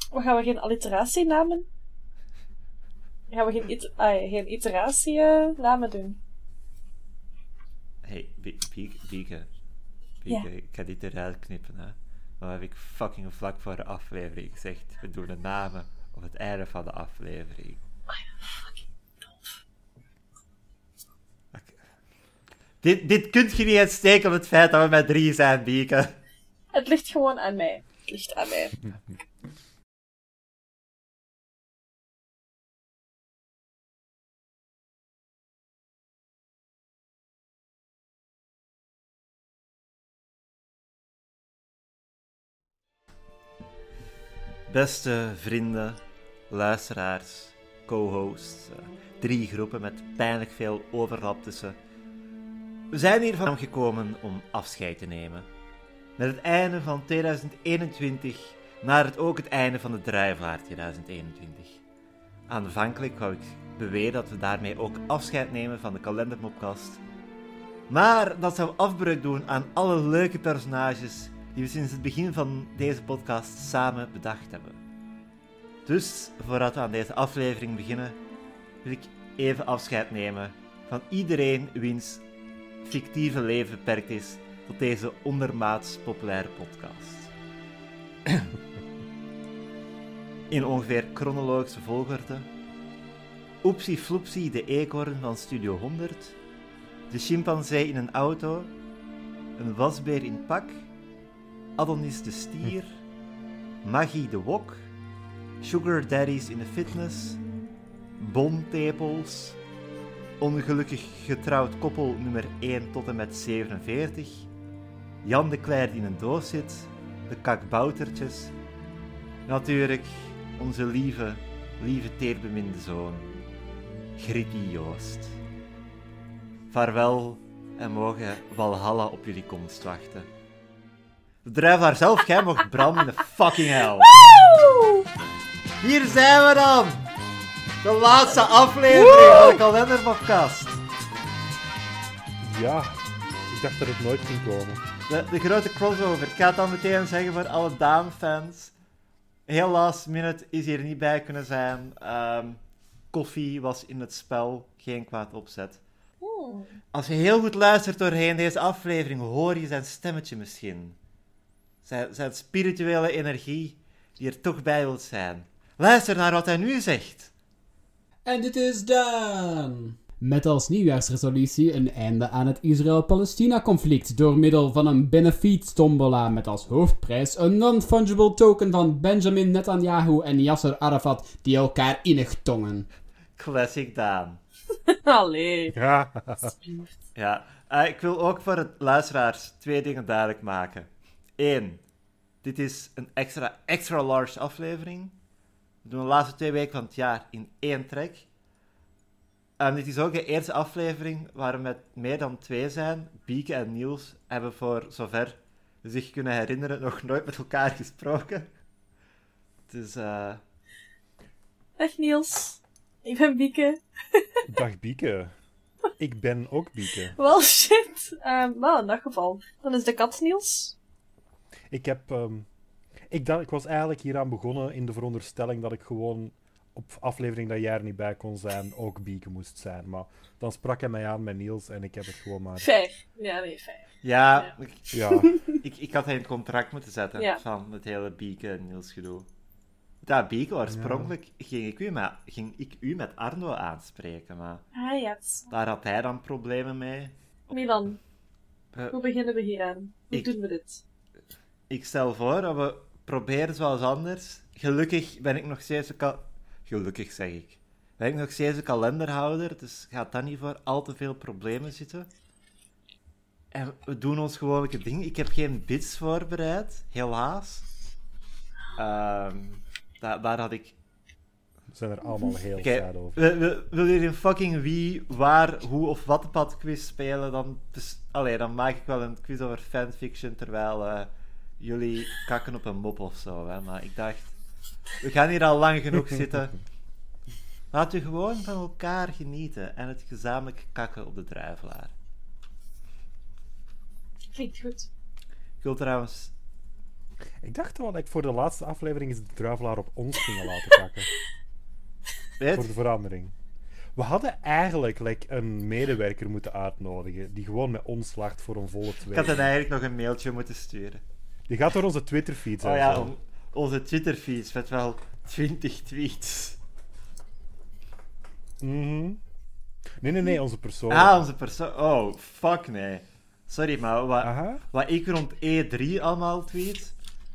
Maar gaan we geen alliteratienamen? Gaan we geen iteratienamen doen? Hey, Bieke. Ja. Ik ga dit eruit knippen, hè. Dan heb ik fucking vlak voor de aflevering gezegd. We doen de namen op het einde van de aflevering. Oh ja, fucking tof. Dit kunt je niet uitsteken op het feit dat we met 3 zijn, Bieke. Het ligt gewoon aan mij. Het ligt aan mij. Beste vrienden, luisteraars, co-hosts, 3 groepen met pijnlijk veel overlap tussen. We zijn hier van gekomen om afscheid te nemen. Met het einde van 2021 naar ook het einde van de Druivelaar 2021. Aanvankelijk wou ik beweren dat we daarmee ook afscheid nemen van de kalendermopcast. Maar dat zou afbreuk doen aan alle leuke personages die we sinds het begin van deze podcast samen bedacht hebben. Dus, voordat we aan deze aflevering beginnen, wil ik even afscheid nemen van iedereen wiens fictieve leven beperkt is tot deze ondermaats populaire podcast. In ongeveer chronologische volgorde: Oepsie Floepsie de eekhoorn van Studio 100, de chimpansee in een auto, een wasbeer in pak, Adonis de stier, Maggie de wok, sugar daddies in de fitness, bontepels, ongelukkig getrouwd koppel nummer 1 tot en met 47, Jan de Cler die in een doos zit, de kakboutertjes, natuurlijk onze lieve teerbeminde zoon, Grippie Joost. Vaarwel en mogen Valhalla op jullie komst wachten. De Druivelaar zelf, jij mocht branden in de fucking hel. Hier zijn we dan! De laatste aflevering van de kalenderpodcast. Ja, ik dacht dat het nooit ging komen. De grote crossover. Ik ga het dan meteen zeggen voor alle Daan-fans. Heel last minute is hier niet bij kunnen zijn. Koffie was in het spel. Geen kwaad opzet. Als je heel goed luistert doorheen deze aflevering, hoor je zijn stemmetje misschien. Zijn spirituele energie die er toch bij wil zijn. Luister naar wat hij nu zegt. En dit is Daan. Met als nieuwjaarsresolutie een einde aan het Israël-Palestina-conflict door middel van een benefiet-tombola met als hoofdprijs een non-fungible token van Benjamin Netanyahu en Yasser Arafat die elkaar innig tongen. Classic Daan. Allee. Ja. Ja, ik wil ook voor het luisteraars 2 dingen duidelijk maken. 1. Dit is een extra large aflevering. We doen de laatste 2 weken van het jaar in 1 track. Dit is ook de eerste aflevering waar we met meer dan 2 zijn. Bieke en Niels hebben voor zover ze zich kunnen herinneren nog nooit met elkaar gesproken. Dus Dag Niels. Ik ben Bieke. Dag Bieke. Ik ben ook Bieke. Wel shit. Maar in dat geval. Dan is de kat Niels. Ik was eigenlijk hieraan begonnen in de veronderstelling dat ik gewoon op aflevering dat jij er niet bij kon zijn ook Bieke moest zijn. Maar dan sprak hij mij aan met Niels en ik heb het gewoon maar... Fair. Ja, nee, fair. ja, Ja. ik had hij in het contract moeten zetten Ja. van het hele Bieke en Niels gedoe. Ja, Bieke, oorspronkelijk ging ik u met Arno aanspreken, maar Ah, yes. daar had hij dan problemen mee. Milan, Eh, hoe beginnen we hier aan? Hoe ik- doen we dit? Ik stel voor dat we proberen zoals anders. Gelukkig ben ik nog steeds Gelukkig zeg ik. Ben ik nog steeds een kalenderhouder, dus gaat dat niet voor al te veel problemen zitten. En we doen ons gewoon een ding. Ik heb geen bits voorbereid, helaas. Daar had ik... We zijn er allemaal heel Oké, sad over. wil je een fucking wie, waar, hoe of wat pad quiz spelen, dan maak ik wel een quiz over fanfiction, terwijl jullie kakken op een mop of zo. Hè? Maar ik dacht, we gaan hier al lang genoeg zitten. Laten we gewoon van elkaar genieten en het gezamenlijk kakken op de Druivelaar. Klinkt goed. Ik wil trouwens Ik dacht wel dat ik voor de laatste aflevering eens de druivelaar op ons gingen laten pakken. Voor de verandering. We hadden eigenlijk een medewerker moeten uitnodigen die gewoon met ons lacht voor een volle 2. Ik had dan eigenlijk nog een mailtje moeten sturen. Die gaat door onze Twitterfeed zijn. Oh ja, onze Twitterfeeds met wel 20 tweets. Mhm. Nee, onze persoon. Onze persoon. Oh, fuck nee. Sorry, maar wat ik rond E3 allemaal tweet...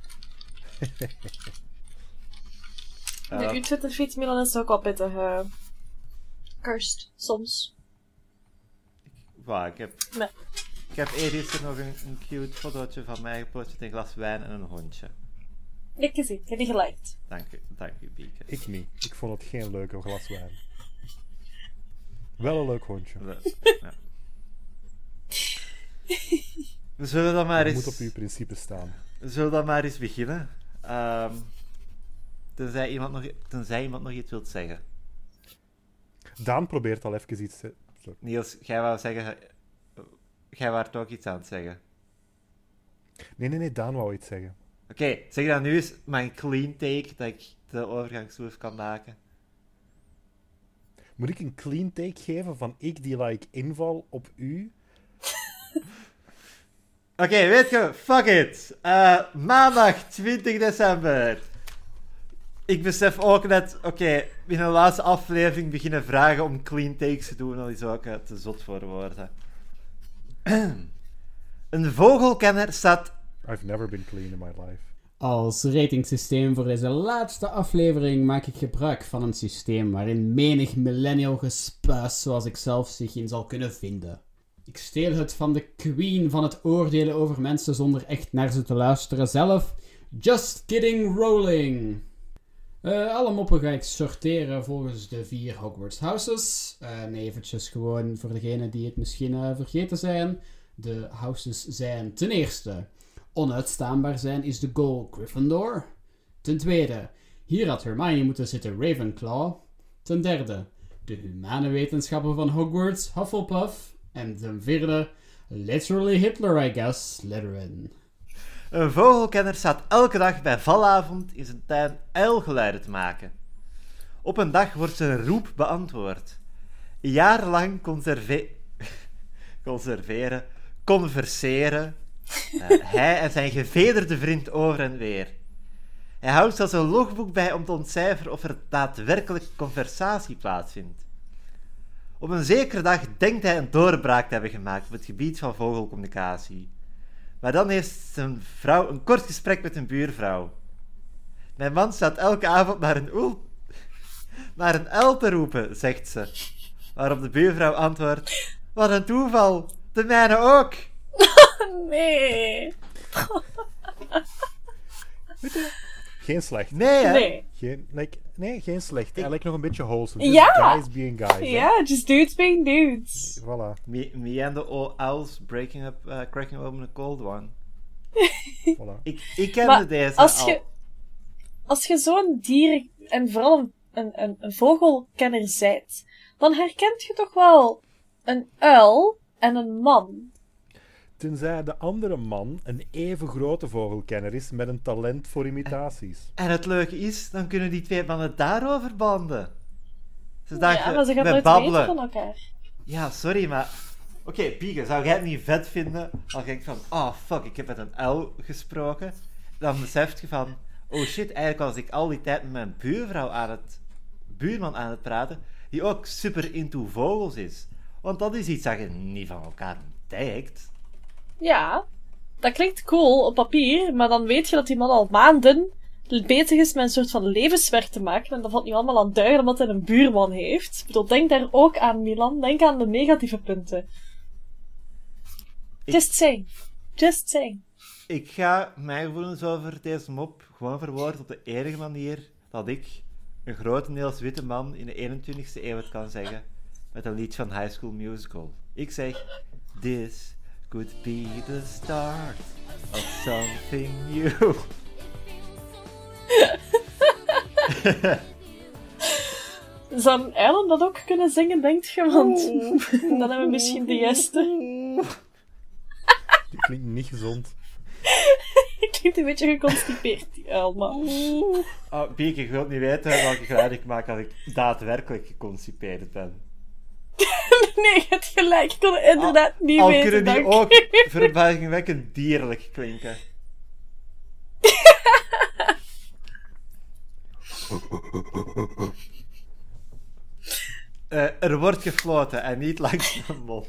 De Twitter-feed, Milan, is ook wel pittig. Cursed, soms. Ik heb eerst nog een cute fotootje van mij gepost met een glas wijn en een hondje. Ik gezien, ik heb die geliked. Dank u, Bieke. Ik niet. Ik vond het geen leuke glas wijn. Wel een leuk hondje. Ja. We zullen dan maar Je eens... moet op uw principe staan. We zullen dan maar eens beginnen. Tenzij iemand nog iets wilt zeggen. Daan probeert al even iets te... Sorry. Niels, jij wou zeggen... Jij waart ook iets aan het zeggen. Nee, Daan wou iets zeggen. Oké, zeg dan nu eens mijn clean take, dat ik de overgangsmove kan maken. Moet ik een clean take geven van ik die inval op u? Oké, weet je, fuck it. Maandag 20 december. Ik besef ook net, in de laatste aflevering beginnen vragen om clean takes te doen, dat is ook te zot voor woorden. Een vogelkenner staat... I've never been clean in my life. Als ratingsysteem voor deze laatste aflevering maak ik gebruik van een systeem waarin menig millennial gespuis zoals ik zelf zich in zal kunnen vinden. Ik steel het van de queen van het oordelen over mensen zonder echt naar ze te luisteren zelf. Just kidding rolling! Alle moppen ga ik sorteren volgens de 4 Hogwarts houses. Eventjes gewoon voor degenen die het misschien vergeten zijn. De houses zijn ten eerste... Onuitstaanbaar zijn is de goal Gryffindor. Ten tweede, hier had Hermione moeten zitten Ravenclaw. Ten derde, de humane wetenschappen van Hogwarts, Hufflepuff. En ten vierde, literally Hitler, I guess, Slytherin. Een vogelkenner staat elke dag bij valavond in zijn tuin uilgeluiden te maken. Op een dag wordt zijn roep beantwoord. Jarenlang converseren... hij en zijn gevederde vriend over en weer. Hij houdt zelfs een logboek bij om te ontcijferen of er daadwerkelijk conversatie plaatsvindt. Op een zekere dag denkt hij een doorbraak te hebben gemaakt op het gebied van vogelcommunicatie. Maar dan heeft zijn vrouw een kort gesprek met een buurvrouw. Mijn man staat elke avond naar een uil te roepen, zegt ze. Waarop de buurvrouw antwoordt: wat een toeval, de mijne ook. Nee. Geen slecht. Nee, hè? Nee. Geen slecht. Hij lijkt nog een beetje wholesome. Ja. Guys being guys. Ja, just dudes being dudes. Voilà. Me and the owls cracking open a cold one. Voilà. Ik kende deze al. Als je zo'n dier en vooral een vogelkenner bent, dan herkent je toch wel een uil en een man. Tenzij de andere man een even grote vogelkenner is met een talent voor imitaties. En het leuke is, dan kunnen die twee mannen daarover banden. Maar ze gaan nooit weten van elkaar. Ja, sorry, maar... Oké, Bieke, zou jij het niet vet vinden als je denkt van... Oh, fuck, ik heb met een uil gesproken. Dan beseft je van... Oh shit, eigenlijk was ik al die tijd met mijn buurman aan het praten, die ook super into vogels is. Want dat is iets dat je niet van elkaar ontdekt. Ja, dat klinkt cool op papier, maar dan weet je dat die man al maanden bezig is met een soort van levenswerk te maken. En dat valt nu allemaal aan duiden omdat hij een buurman heeft. Ik bedoel, denk daar ook aan, Milan. Denk aan de negatieve punten. Just saying. Ik ga mijn gevoelens over deze mop gewoon verwoorden op de enige manier dat ik, een grotendeels witte man in de 21ste eeuw, het kan zeggen, met een lied van High School Musical. Ik zeg, this could be the start of something new. Zou een eiland dat ook kunnen zingen, denkt je? Want dan hebben we misschien de juiste. Die klinkt niet gezond. klinkt een beetje geconstipeerd, die uil, maar... Oh, Bieke, je wilt niet weten welke geluid ik maak als ik daadwerkelijk geconstipeerd ben. Nee, je hebt gelijk. Ik kon het inderdaad niet Al weten, kunnen die dank. ook verbazingwekkend dierlijk klinken. Er wordt gefloten en niet langs de mond.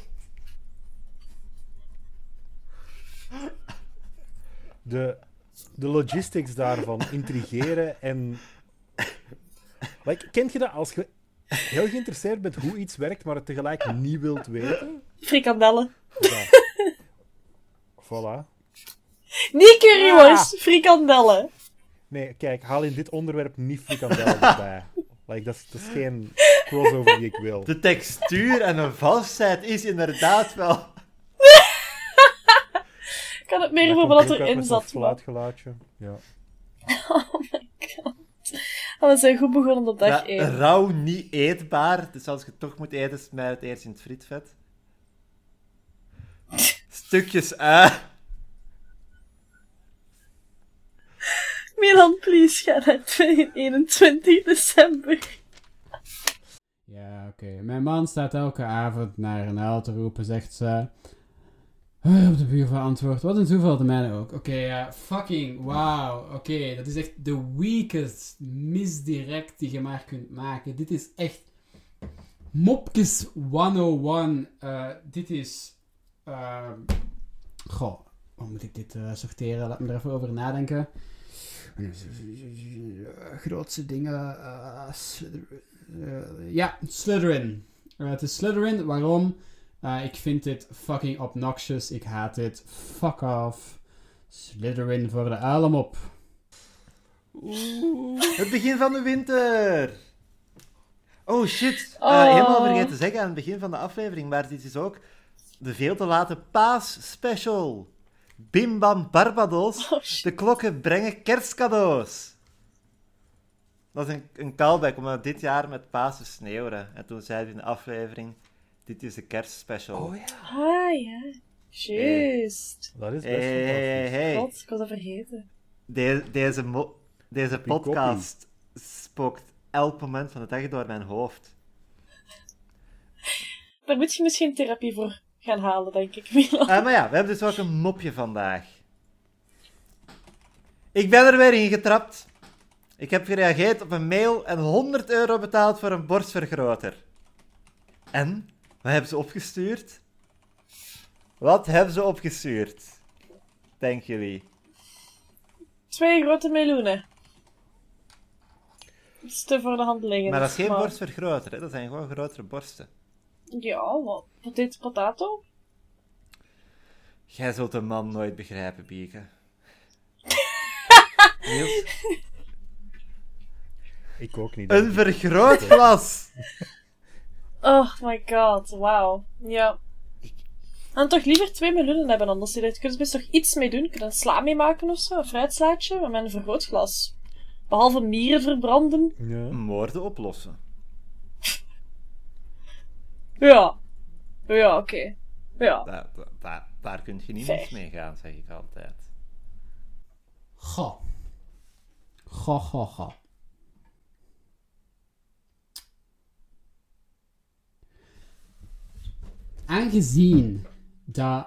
De logistics daarvan intrigeren en... Like, kent je dat als je heel geïnteresseerd bent hoe iets werkt, maar het tegelijk niet wilt weten? Frikandellen. Ja. Voilà. Niet curryworst, frikandellen. Nee, kijk, haal in dit onderwerp niet frikandellen erbij. Like, dat is geen crossover die ik wil. De textuur en de vastheid is inderdaad wel... Ik kan het meer Dat voor komt wat ook uit erin met zo'n zat. Maar... fluitgeluidje. Ja. Oh my god. Oh, we zijn goed begonnen op dag 1. Rauw niet eetbaar, dus als je het toch moet eten, smijt het eerst in het frietvet. Stukjes ui. Milan, please, ga naar 21 december. Ja, oké. Mijn man staat elke avond naar een uil te roepen, zegt ze. Op de buurvrouw antwoordt. Wat een toeval, de mijne ook. Oké, ja, fucking wauw. Oké, dat is echt de weakest misdirect die je maar kunt maken. Dit is echt mopjes 101. Dit is... Goh, hoe moet ik dit sorteren? Laat me er even over nadenken. Grootste dingen... ja, Slytherin. Het is Slytherin. Waarom? Ik vind dit fucking obnoxious. Ik haat dit. Fuck off. Slytherin voor de uilenmop. Het begin van de winter. Oh shit. Oh. Helemaal vergeten te zeggen aan het begin van de aflevering, maar dit is ook de veel te late paasspecial. Bim Bam Barbados. Oh, shit. De klokken brengen kerstcadeaus. Dat is een callback, omdat dit jaar met Pasen sneeuwde. En toen zeiden we in de aflevering, dit is de kerstspecial. Oh ja. Ah, ja. Juist. Dat is best Hey. fantastisch. God, ik was dat vergeten. Deze podcast spookt elk moment van de dag door mijn hoofd. Daar moet je misschien therapie voor gaan halen, denk ik, Milan. Maar ja, we hebben dus ook een mopje vandaag. Ik ben er weer in getrapt. Ik heb gereageerd op een mail en €100 betaald voor een borstvergroter. En? Wat hebben ze opgestuurd? Wat hebben ze opgestuurd? Denken jullie? 2 grote meloenen. Dat is te voor de hand liggend. Maar dat is geen borstvergroter, hè? Dat zijn gewoon grotere borsten. Ja, wat? Potato? Jij zult een man nooit begrijpen, Bieke. Niels? Ik ook niet. Een vergrootglas! Oh my god, wauw. Ja. En toch liever 2 meloenen hebben, anders daar kun je best toch iets mee doen. Kun je een sla mee maken of zo, een fruitslaatje, met een vergrootglas. Behalve mieren verbranden. Ja. Moorden oplossen. Ja. Ja, oké. Ja. Daar kun je niet Fair. mis mee gaan, zeg ik altijd. Goh. Aangezien dat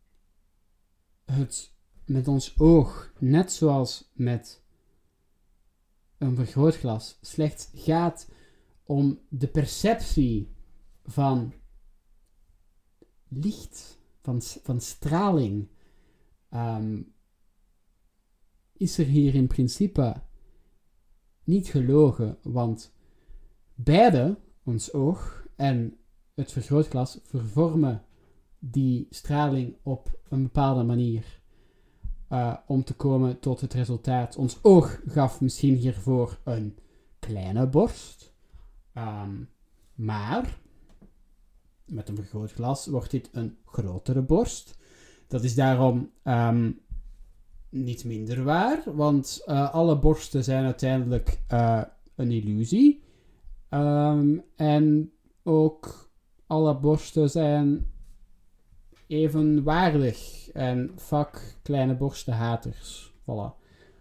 het met ons oog, net zoals met een vergrootglas, slechts gaat om de perceptie van licht, van straling, is er hier in principe niet gelogen, want beide, ons oog en het vergrootglas, vervormen die straling op een bepaalde manier om te komen tot het resultaat. Ons oog gaf misschien hiervoor een kleine borst, maar met een vergrootglas wordt dit een grotere borst. Dat is daarom niet minder waar, want alle borsten zijn uiteindelijk een illusie. En ook alle borsten zijn evenwaardig. En fuck kleine borstenhaters. Voilà. Voilà.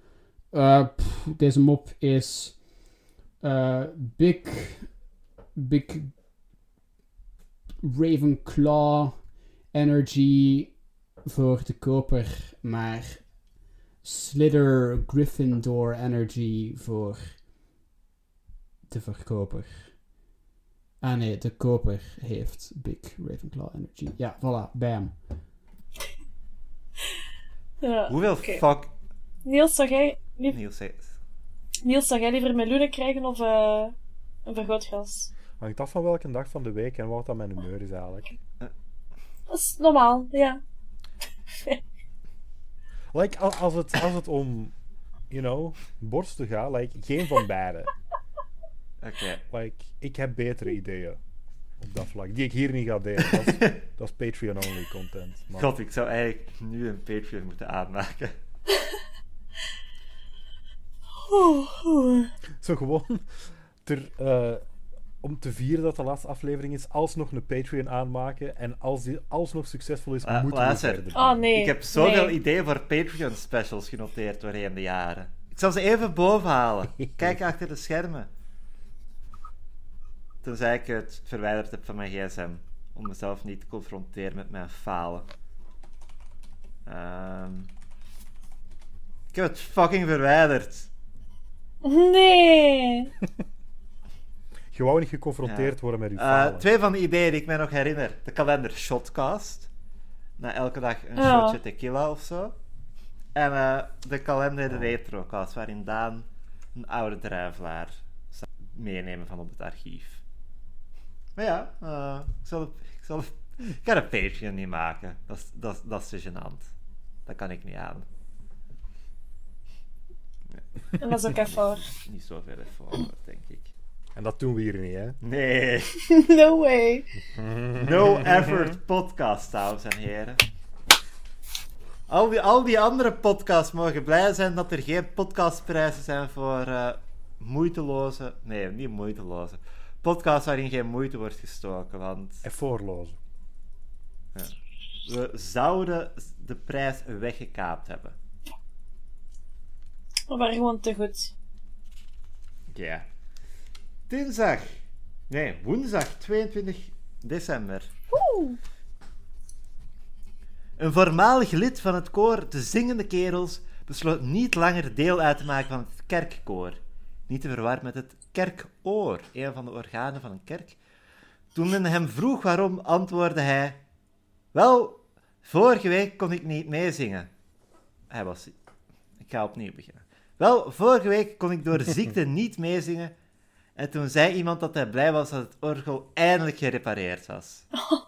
Deze mop is Big Ravenclaw Energy voor de koper, maar Slytherin Gryffindor Energy voor de verkoper. Ah nee, de koper heeft Big Ravenclaw Energy. Ja, voilà, bam. Ja, Hoeveel oké. fuck... Niels, zou jij liever meloenen krijgen of een vergrootglas? Hangt af van welke dag van de week en wat dat mijn humeur is eigenlijk. Dat is normaal, ja. Like, als het om, borsten gaat, geen van beide. Oké. Ik heb betere ideeën op dat vlak, die ik hier niet ga delen. Dat is Patreon-only content. Maar... God, ik zou eigenlijk nu een Patreon moeten aanmaken. Zo gewoon, om te vieren dat de laatste aflevering is, alsnog een Patreon aanmaken. En als die alsnog succesvol is, moeten we luister. verder. Oh nee. Ik heb zoveel ideeën voor Patreon-specials genoteerd doorheen de jaren. Ik zal ze even bovenhalen. Kijk achter de schermen. Tenzij ik het verwijderd heb van mijn gsm. Om mezelf niet te confronteren met mijn falen. Ik heb het fucking verwijderd. Nee. Je wou niet geconfronteerd worden met uw falen. 2 van de ideeën die ik mij nog herinner. De kalender Shotcast. Na elke dag een Ja. shotje tequila of zo. En de kalender Retrocast, waarin Daan een oude drijflaar zou meenemen van op het archief. Maar ja, ik ga een Patreon niet maken. Dat is te gênant. Dat kan ik niet aan. En dat is ook effort. Niet zoveel effort, denk ik. En dat doen we hier niet, hè? Nee. No way. No effort podcast, dames en heren. Al die andere podcasts mogen blij zijn dat er geen podcastprijzen zijn voor moeiteloze... Nee, niet moeiteloze. Podcasts waarin geen moeite wordt gestoken, want... Effortloze. Ja, we zouden de prijs weggekaapt hebben. We waren gewoon te goed. Ja. Woensdag 22 december. Oeh. Een voormalig lid van het koor De Zingende Kerels besloot niet langer deel uit te maken van het kerkkoor. Niet te verwarren met het kerkoor, een van de organen van een kerk. Toen men hem vroeg waarom, antwoordde hij... Wel, vorige week kon ik niet meezingen. Ik ga opnieuw beginnen. Wel, vorige week kon ik door ziekte niet meezingen. En toen zei iemand dat hij blij was dat het orgel eindelijk gerepareerd was.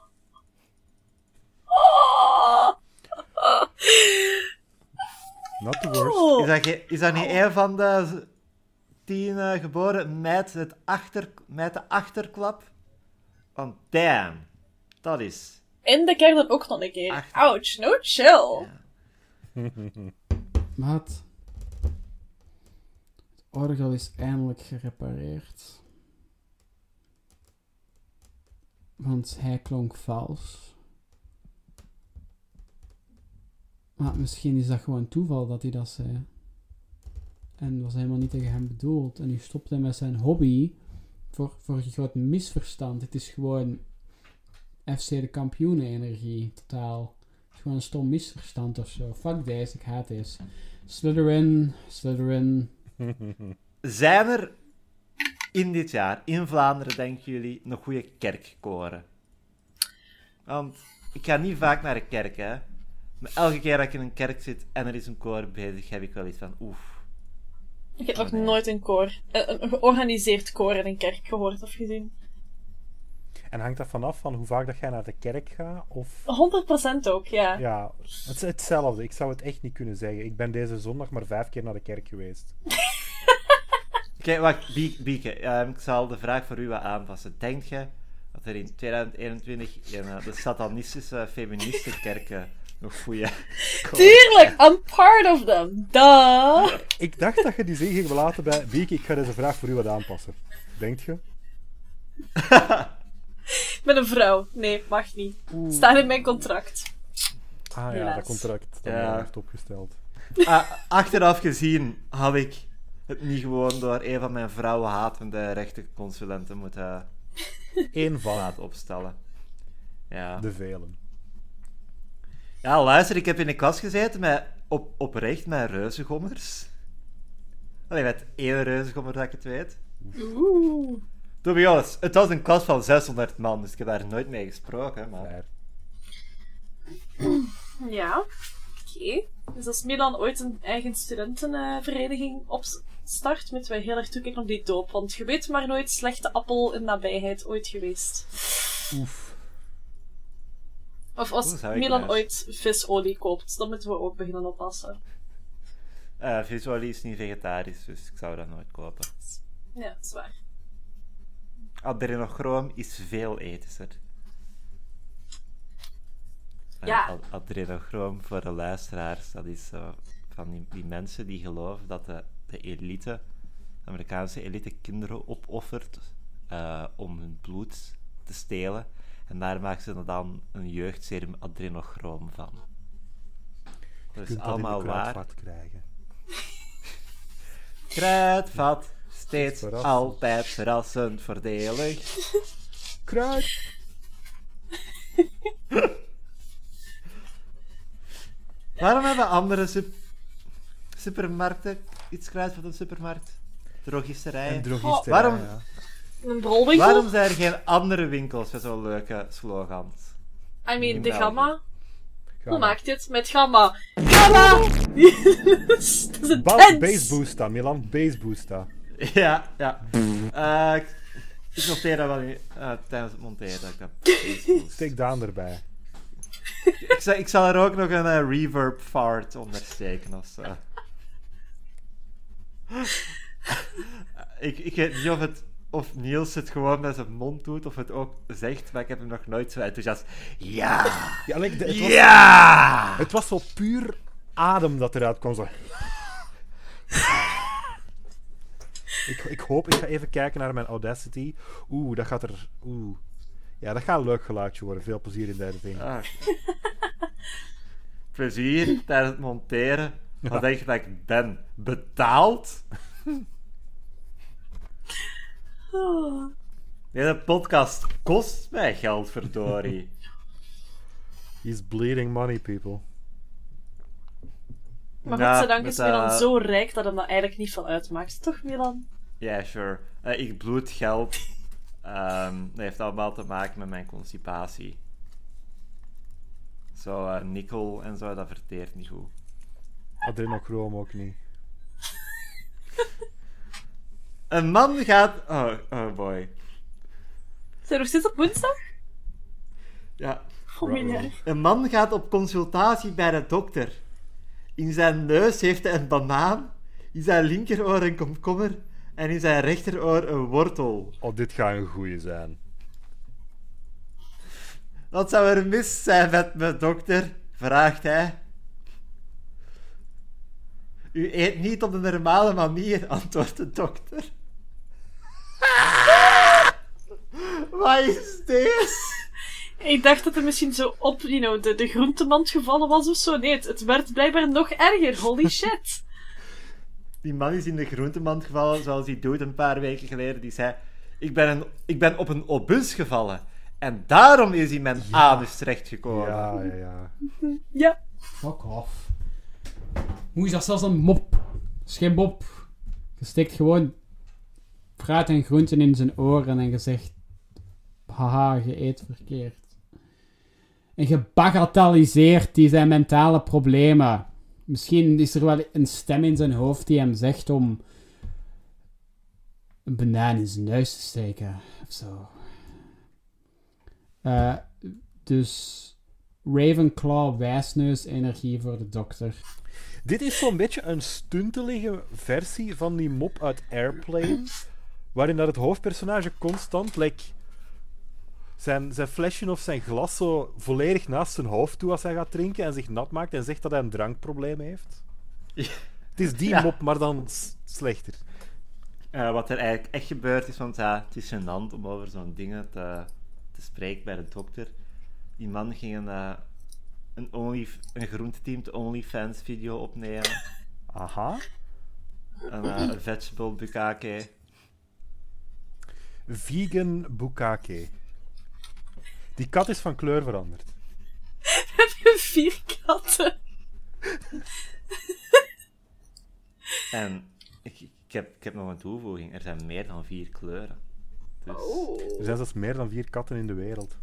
Not the worst. Is dat niet een van de 10 geboren met de achterklap? Want damn, dat is... In de kerk dan ook nog een keer. Echt. Ouch, no chill. Ja. Maat. Het orgel is eindelijk gerepareerd. Want hij klonk vals. Maar misschien is dat gewoon toeval dat hij dat zei. En was helemaal niet tegen hem bedoeld. En nu stopt hij met zijn hobby voor een groot misverstand. Het is gewoon FC de kampioenen-energie, totaal. Het is gewoon een stom misverstand of zo. Fuck deze, ik haat deze. Slytherin. Zijn er in dit jaar, in Vlaanderen, denken jullie, nog goede kerkkoren? Want ik ga niet vaak naar de kerk, hè. Maar elke keer dat ik in een kerk zit en er is een koor bezig, heb ik wel iets van, oef. Ik heb nog nooit een koor, een georganiseerd koor in een kerk gehoord of gezien. En hangt dat vanaf van hoe vaak dat jij naar de kerk gaat? Of... 100% ook, ja. Ja, het is hetzelfde. Ik zou het echt niet kunnen zeggen. Ik ben deze zondag maar 5 keer naar de kerk geweest. Oké, wacht, Bieke, ik zal de vraag voor u wat aanpassen. Denk je dat er in 2021 in de satanistische feministenkerken nog goede... Tuurlijk, I'm part of them. Duh. Ik dacht dat je die zin ging laten bij... Bieke, ik ga deze vraag voor u wat aanpassen. Denkt je? Ik ben een vrouw. Nee, mag niet. Staat in mijn contract. Ah ja, Helaas. dat contract dat Ja. mij heeft opgesteld. Achteraf gezien had ik het niet gewoon door een van mijn vrouwenhatende rechtenconsulenten moeten Eén van laten opstellen. Ja. de velen. Ja, luister, ik heb in de klas gezeten met, oprecht met reuzengommers. Allee, met één reuzengommer dat ik het weet. Oeh. To be honest, het was een klas van 600 man, dus ik heb daar nooit mee gesproken. Maar... Fair. Ja. Oké. Dus als Milan ooit een eigen studentenvereniging opstart, moeten wij heel erg toekijken op die doop. Want je weet maar nooit, slechte appel in nabijheid ooit geweest. Oef. Of als zou ik Milan juist. ooit visolie koopt, dan moeten we ook beginnen oppassen. Visolie is niet vegetarisch, dus ik zou dat nooit kopen. Ja, dat is waar. Adrenochroom is veel ethischer. Ja. Adrenochroom, voor de luisteraars, dat is van die mensen die geloven dat de elite, de Amerikaanse elite, kinderen opoffert om hun bloed te stelen. En daar maken ze er dan een jeugdserum adrenochroom van. Dat Je is kunt dat in allemaal je waar. kruidvat krijgen. Kruidvat, steeds, Verrassend. altijd verrassend voordelig. Kruid! Waarom hebben andere supermarkten iets kruid van een supermarkt? Drogisterijen. En drogisterij, Waarom- ja. Een brolwinkel? Waarom zijn er geen andere winkels met zo'n leuke slogans? I mean, in de België? gamma. Ga Hoe maar. maakt dit? Met gamma. Gamma! Dat is een Base tens. boosta, Milan. Base boosta. Ja. Ik noteer dat wel tijdens het monteren. Dat ik dat Steek Daan erbij. ik zal er ook nog een reverb fart onder steken of zo. Ik weet niet of Niels het gewoon met zijn mond doet of het ook zegt, maar ik heb hem nog nooit zo enthousiast. Ja! Ja, like, het was, Ja! het was zo puur adem dat eruit kwam. Zo. Ik hoop, ik ga even kijken naar mijn Audacity. Dat gaat er... Ja, dat gaat een leuk geluidje worden. Veel plezier in de editing. Ah. Plezier tijdens het monteren. Wat denk je dat ik ben? Betaald? Deze podcast kost mij geld, verdorie. He's bleeding money, people. Maar Ja, godzijdank met, is Milan zo rijk dat hem dat eigenlijk niet veel uitmaakt. Toch, Milan? Ja, sure. Ik bloed geld. Dat heeft allemaal te maken met mijn constipatie. Zo, nikkel en zo, dat verteert niet goed. Adrenochroom ook niet. Een man gaat... Oh boy. Zijn we nog steeds op woensdag? Ja. Oh, meneer. Een man gaat op consultatie bij de dokter. In zijn neus heeft hij een banaan, in zijn linkeroor een komkommer en in zijn rechteroor een wortel. Oh, dit gaat een goeie zijn. Wat zou er mis zijn met me, dokter? Vraagt hij. U eet niet op de normale manier, antwoordt de dokter. Wat is dit? Ik dacht dat er misschien zo op de groentemand gevallen was of zo. Nee, het werd blijkbaar nog erger. Holy shit. Die man is in de groentemand gevallen, zoals hij doet een paar weken geleden. Die zei, ik ben op een obus gevallen. En daarom is hij in mijn anus terechtgekomen. Ja. Ja. Fuck off. Hoe is dat zelfs een mop? Dat is geen mop. Je steekt gewoon fruit en groenten in zijn oren en je zegt... Haha, je eet verkeerd. En je bagatelliseert die zijn mentale problemen. Misschien is er wel een stem in zijn hoofd die hem zegt om... een banaan in zijn neus te steken. Of zo. Dus... Ravenclaw wijsneus energie voor de dokter. Dit is zo'n beetje een stuntelige versie van die mop uit Airplane, waarin dat het hoofdpersonage constant zijn flesje of zijn glas zo volledig naast zijn hoofd toe als hij gaat drinken en zich nat maakt en zegt dat hij een drankprobleem heeft. Ja. Het is die mop, maar dan slechter. Wat er eigenlijk echt gebeurd is, want ja, het is gênant om over zo'n dingen te spreken bij de dokter. Die man ging een groenteteamed OnlyFans video opnemen. Aha. Een vegetable bukkake. Vegan bukkake. Die kat is van kleur veranderd. Heb je 4 katten? En ik heb nog een toevoeging. Er zijn meer dan 4 kleuren. Dus... Er zijn zelfs meer dan 4 katten in de wereld.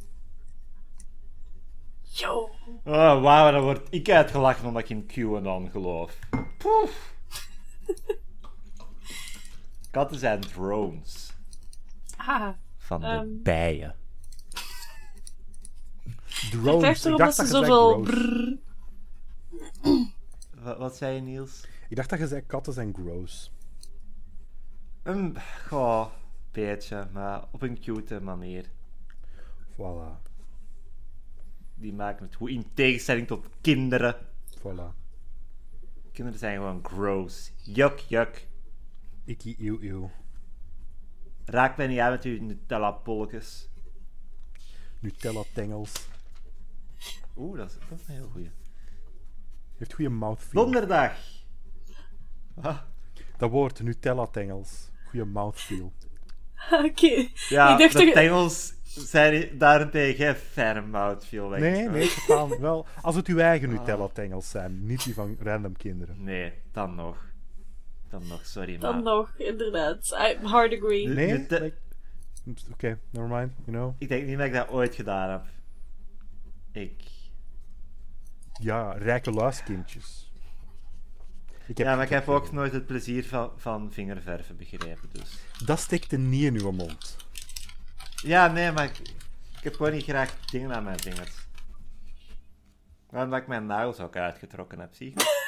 Yo. Oh, wauw, dan word ik uitgelachen omdat ik in QAnon geloof. Poef. Katten zijn drones. Ah. Van de bijen. Drones. Ik dacht dat ze zoveel... Wat zei je, Niels? Ik dacht dat je zei katten zijn gross. Goh, beetje, maar op een cute manier. Voilà. Die maken het goed, in tegenstelling tot kinderen. Voilà. Kinderen zijn gewoon gross. Juk. Ikkie, eeuw. Raak mij niet aan met uw Nutella-polletjes. Nutella-tengels. Oeh, dat is een heel goeie. Heeft goede mouthfeel. Donderdag. Ah. Dat woord, Nutella-tengels. Goede mouthfeel. Oké. Ja, Ik dacht de dat... tengels zijn daarentegen geen fijne mouthfeel. Nee, totaal niet. Wel, als het uw eigen Nutella-tengels zijn, niet die van random kinderen. Nee, dan nog, sorry, maar... Dan nog, inderdaad. I hard agree. Nee? Oké, nevermind, you know. Ik denk niet dat ik dat ooit gedaan heb. Ja, rijke luiskindjes. Maar ik heb ook nooit het plezier van vingerverven begrepen, dus... Dat steekt er niet in uw mond. Ja, nee, maar ik heb gewoon niet graag dingen aan mijn vingers. Waarom dat ik mijn nagels ook uitgetrokken heb, zie je?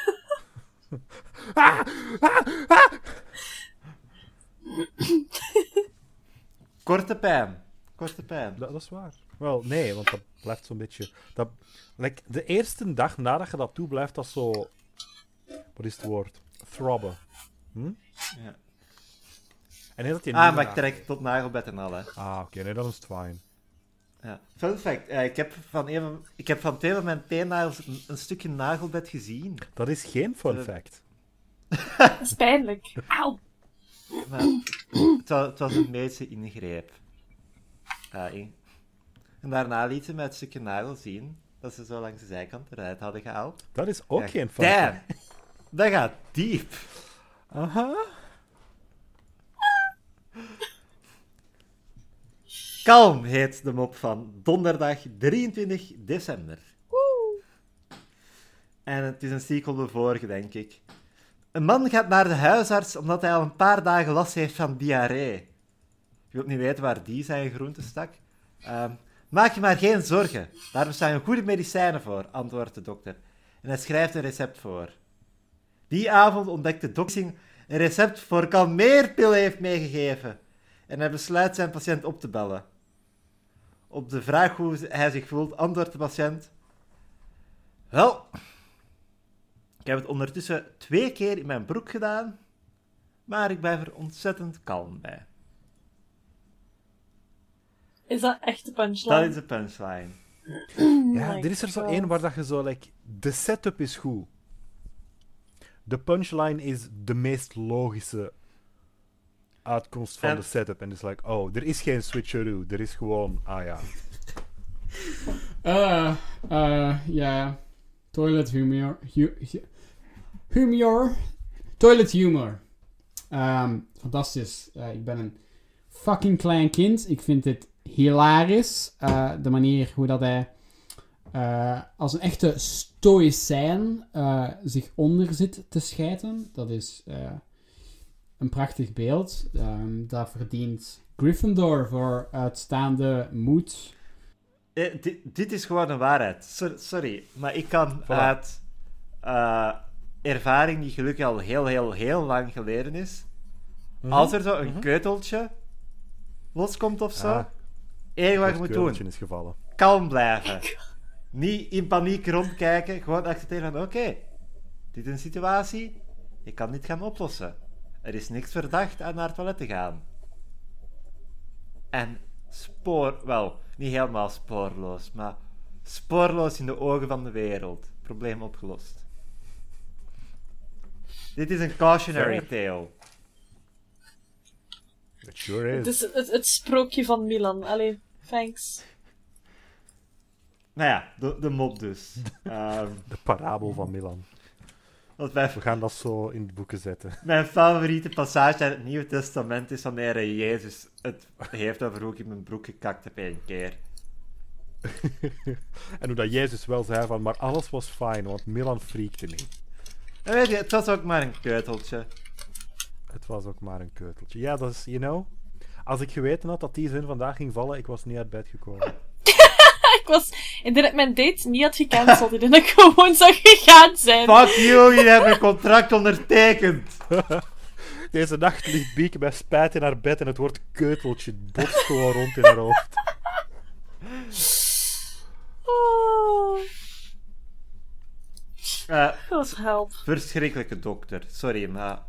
Korte pijn. Dat is waar. Wel, nee, want dat blijft zo'n beetje... de eerste dag nadat je dat toe blijft, dat zo... Wat is het woord? Throbben. Ja. En dat je maar ik trek tot nagelbed en al, hè. Oké, nee, dan is het fijn. Ja. Fun fact, ik heb van twee van mijn teennagels een stukje nagelbed gezien. Dat is geen fun fact. Dat is pijnlijk. Auw. Maar, het was een medische ingreep. En daarna liet ze mij het stukje nagel zien dat ze zo langs de zijkant eruit hadden gehaald. Dat is ook geen fun fact. Dat gaat diep. Aha. Kalm heet de mop van donderdag 23 december. Woe. En het is een sequel de vorige, denk ik. Een man gaat naar de huisarts omdat hij al een paar dagen last heeft van diarree. Je wilt niet weten waar die zijn groente stak? Maak je maar geen zorgen. Daar bestaan goede medicijnen voor, antwoordt de dokter. En hij schrijft een recept voor. Die avond ontdekt de dokter een recept voor kalmeerpillen heeft meegegeven. En hij besluit zijn patiënt op te bellen. Op de vraag hoe hij zich voelt, antwoordt de patiënt... Wel, ik heb het ondertussen 2 keer in mijn broek gedaan, maar ik ben er ontzettend kalm bij. Is dat echt de punchline? Dat is de punchline. Ja, er is er zo één waar dat je zo... de setup is goed. De punchline is de meest logische uitkomst van de setup. En het is er is geen switcheroo. Er is gewoon... ja. Toilet humor. Toilet humor. Fantastisch. Ik ben een fucking klein kind. Ik vind dit hilarisch. De manier hoe dat hij als een echte stoïcijn zich onder zit te schijten. Dat is een prachtig beeld. Dat verdient Gryffindor voor uitstaande moed. Dit is gewoon een waarheid. Sorry, maar ik kan uit ervaring die gelukkig al heel lang geleden is, als er zo een keuteltje loskomt of zo, één wat je moet doen, is gevallen. Kalm blijven. Niet in paniek rondkijken, gewoon accepteren van oké, dit is een situatie, ik kan dit gaan oplossen. Er is niks verdacht aan naar het toilet te gaan. En niet helemaal spoorloos, maar Spoorloos in de ogen van de wereld. Probleem opgelost. Dit is een cautionary tale. It sure Het is. is het sprookje van Milan. Allee, thanks. Nou ja, de mop dus. De parabel van Milan. Want We gaan dat zo in de boeken zetten. mijn favoriete passage uit het Nieuwe Testament is wanneer Jezus het heeft over hoe ik in mijn broek gekakt heb 1 keer. En hoe dat Jezus wel zei van, maar alles was fijn, want Milan freakte niet. En weet je, het was ook maar een keuteltje. Het was ook maar een keuteltje. Ja, dat is, als ik geweten had dat die zin vandaag ging vallen, ik was niet uit bed gekomen. Ik denk dat mijn date niet had gecanceld. Ik denk dat ik gewoon zou gegaan zijn. Fuck you, je hebt een contract ondertekend. Deze nacht ligt Bieke bij spijt in haar bed en het woord keuteltje botst gewoon rond in haar hoofd. Oh, dat was help. Verschrikkelijke dokter. Sorry, maar...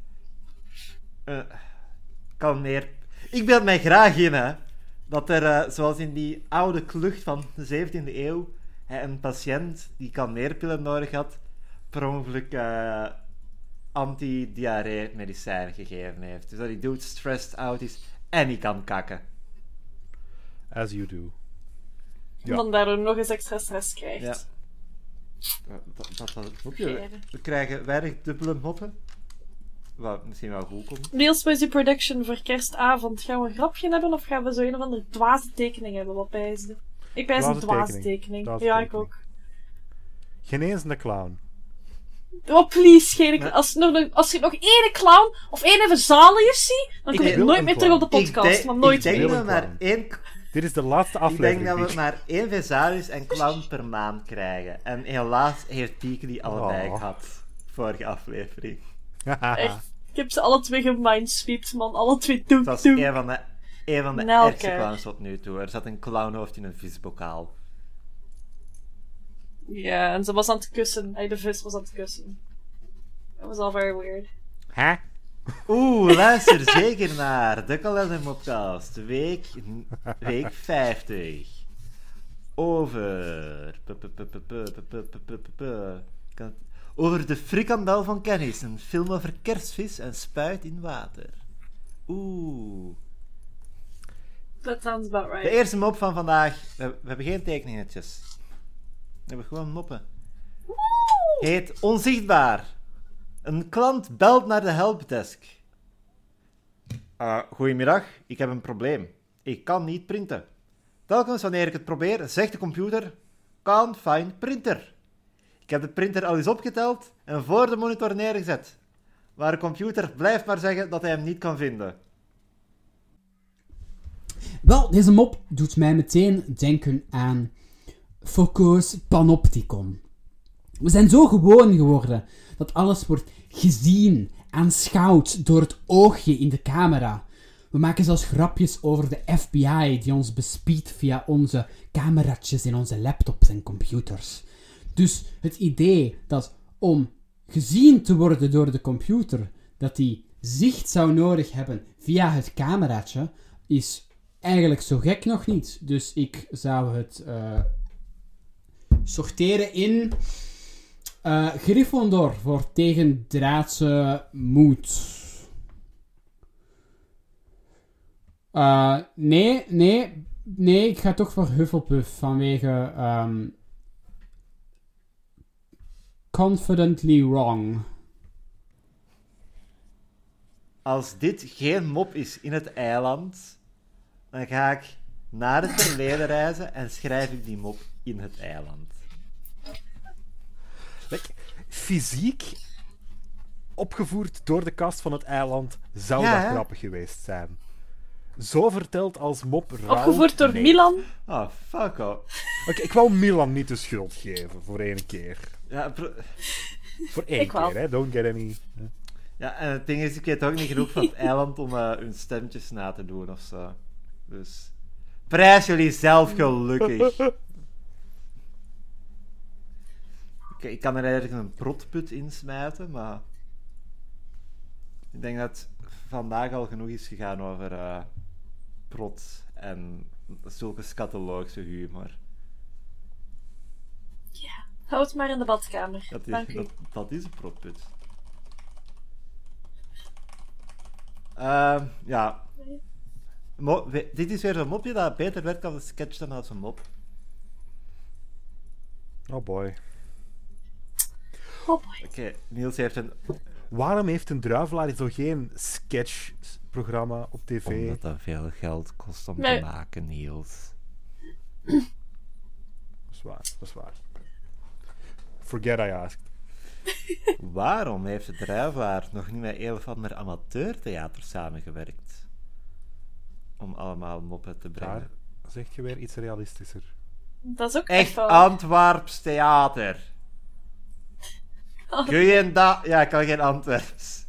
kalmeer... Ik beeld mij graag in, hè. Dat er, zoals in die oude klucht van de 17e eeuw, een patiënt die kalmeerpillen nodig had, per ongeluk anti-diarree-medicijnen gegeven heeft. Dus dat die dude stressed out is en die kan kakken. As you do. Ja. Vandaar er nog eens extra stress krijgt. Ja. Dat was het mopje. Geire. We krijgen weinig dubbele moppen. Wat misschien wel goed komt. Niels Poesie Production voor kerstavond. Gaan we een grapje hebben of gaan we zo een of andere dwaze tekening hebben? Wat pijsde? Ik pijs een dwaze tekening. Dwaze Ja, tekening. ik ook. Geen eens een clown. Oh, please, geen... Nee. Als je nog één clown of één even zaliers ziet, dan kom ik wil nooit een meer terug op de clown. podcast. Maar nooit ik denk meer. dat we Wil een maar clown. één... Dit is de laatste Ik denk aflevering. dat we Pieke. maar 1 Vesalis en clown per maand krijgen. En helaas heeft Pieke die allebei Oh. gehad. Vorige aflevering. Echt. Ik heb ze alle twee gemindsweept, man. Alle twee Het doek was doek. een van de Nelke. ergste clowns tot nu toe. Er zat een clownhoofd in een visbokaal. Ja, en ze was aan het kussen. De vis was aan het kussen. Dat was al very weird. Hè? Oeh, luister zeker naar de Kalendermopcast, week 50. Over de frikandel van kennis, een film over kerstvis en spuit in water. Oeh. That sounds about De right. eerste mop van vandaag, we hebben geen tekeningetjes. We hebben gewoon moppen. Heet Onzichtbaar. Een klant belt naar de helpdesk. Goedemiddag, ik heb een probleem. Ik kan niet printen. Telkens wanneer ik het probeer, zegt de computer: Can't find printer. Ik heb de printer al eens opgeteld en voor de monitor neergezet. Maar de computer blijft maar zeggen dat hij hem niet kan vinden. Wel, deze mop doet mij meteen denken aan Foucault's Panopticon. We zijn zo gewoon geworden dat alles wordt gezien, aanschouwd door het oogje in de camera. We maken zelfs grapjes over de FBI die ons bespiedt via onze cameratjes in onze laptops en computers. Dus het idee dat om gezien te worden door de computer, dat die zicht zou nodig hebben via het cameraatje, is eigenlijk zo gek nog niet. Dus ik zou het sorteren in Gryffindor voor tegendraadse moed. Nee, ik ga toch voor Hufflepuff vanwege confidently wrong. Als dit geen mop is in het eiland, dan ga ik naar het verleden reizen en schrijf ik die mop in het eiland. Fysiek opgevoerd door de kast van het eiland zou Ja, dat hè? grappig geweest zijn. Zo verteld als mop rauw. Opgevoerd door nee. Milan. Oh, fuck off. Oké, ik wou Milan niet de schuld geven voor 1 keer. Ja, Voor 1 Ik wel. keer, hè. Don't get any... ja, en het ding is, ik weet ook niet genoeg van het eiland om hun stemmetjes na te doen of zo. Dus prijs jullie zelf gelukkig. Ik kan er eigenlijk een protput insmijten, maar ik denk dat het vandaag al genoeg is gegaan over prot en zulke scatologische humor. Ja, hou het maar in de badkamer. Dank u. Dat is een proput. Ja. Dit is weer zo'n mopje dat beter werkt als een sketch dan als een mop. Oh boy. Oh boy. Oké, Niels heeft een... Waarom heeft een druivelaar zo geen sketchprogramma op tv? Omdat dat veel geld kost om te maken, Niels. Dat is waar. Forget I asked. Waarom heeft de druivelaar nog niet met een of ander amateurtheater samengewerkt? Om allemaal moppen te brengen. Daar zeg je weer iets realistischer. Dat is ook Echt wel... Antwerps theater. Oh. Kun je dat... Ja, ik kan geen Antwerps.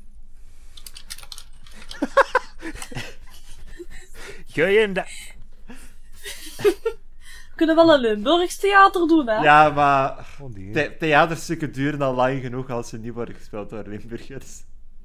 Kun je dat... We kunnen wel een Limburgs theater doen, hè? Ja, maar... Oh, die. Theaterstukken duren al lang genoeg als ze niet worden gespeeld door Limburgers.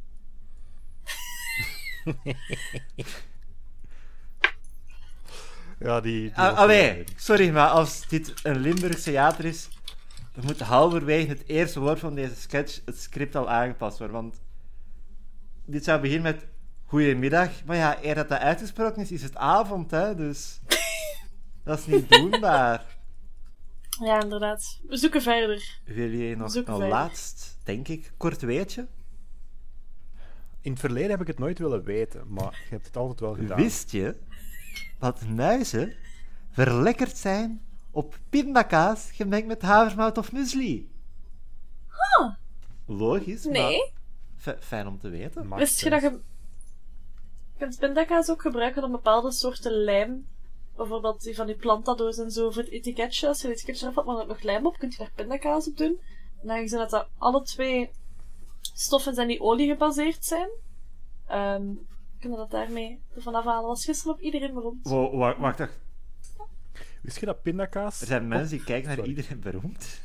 Ja, die Allee, sorry, maar als dit een Limburgs theater is, dan moet halverwege het eerste woord van deze sketch het script al aangepast worden. Want dit zou beginnen met goedemiddag, maar ja, eer dat uitgesproken is het avond, hè, dus dat is niet doenbaar. Ja, inderdaad. We zoeken verder. Wil je nog een laatst, denk ik, kort weetje? In het verleden heb ik het nooit willen weten, maar je hebt het altijd wel gedaan. Wist je dat muizen verlekkerd zijn op pindakaas gemengd met havermout of muesli? Huh. Logisch, Nee. maar fijn om te weten. Maakt Wist je sens. dat je kunt pindakaas ook gebruiken om bepaalde soorten lijm, bijvoorbeeld die van die plantado's en zo, voor het etiketje. Als je het etiketje eraf had, maar er nog lijm op, kun je daar pindakaas op doen. En dan gezien dat alle twee stoffen zijn die olie gebaseerd zijn, kunnen dat daarmee ervan afhalen. Was gisteren op iedereen beroemd. Wow, wacht. Wist je dat pindakaas... Er zijn mensen die kijken naar Sorry. iedereen beroemd.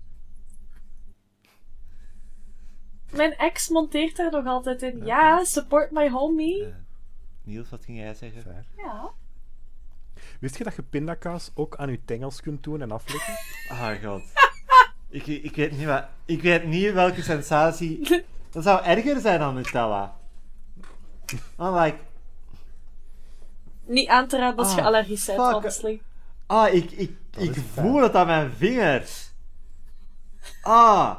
Mijn ex monteert daar nog altijd in. Ja, support my homie. Niels, wat ging jij zeggen? Fair. Ja. Wist je dat je pindakaas ook aan je tengels kunt doen en aflikken? Oh god. Ik weet niet wat... Ik weet niet welke sensatie... Dat zou erger zijn dan Nutella. I'm like... Niet aan te raden als je allergisch bent, fuck. honestly. Ik is voel het aan mijn vingers. God,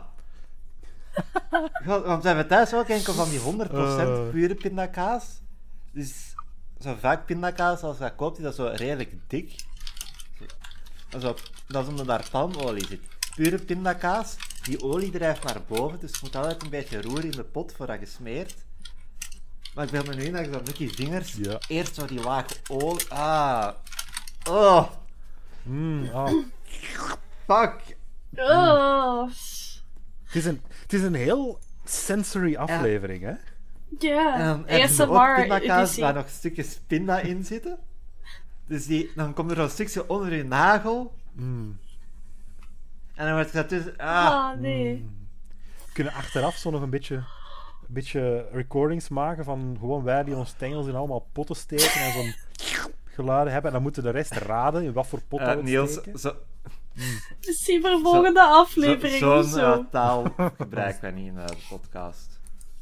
want we hebben thuis ook enkel van die 100% pure pindakaas. Dus zo vaak pindakaas als dat koopt, is dat zo redelijk dik. Dat is omdat daar palmolie zit. Pure pindakaas, die olie drijft naar boven, dus je moet altijd een beetje roeren in de pot voordat je smeert. Maar ik ben me nu in dat ik zo met die vingers eerst zo die laag olie... Oh. Fuck. Oh. Het is een heel sensory aflevering, hè? Ja. En er zitten ook ASMR pindakaas editie. waar nog stukjes pinda in zitten. Dus dan komt er zo'n stukje onder je nagel. En dan wordt dat dus... Nee. We kunnen achteraf zo nog een beetje recordings maken van gewoon wij die ons stengels in allemaal potten steken en zo'n geluiden hebben. En dan moeten de rest raden in wat voor pot dat we Niels, steken. Zie voor volgende aflevering. Zo'n taal gebruiken wij niet in de podcast.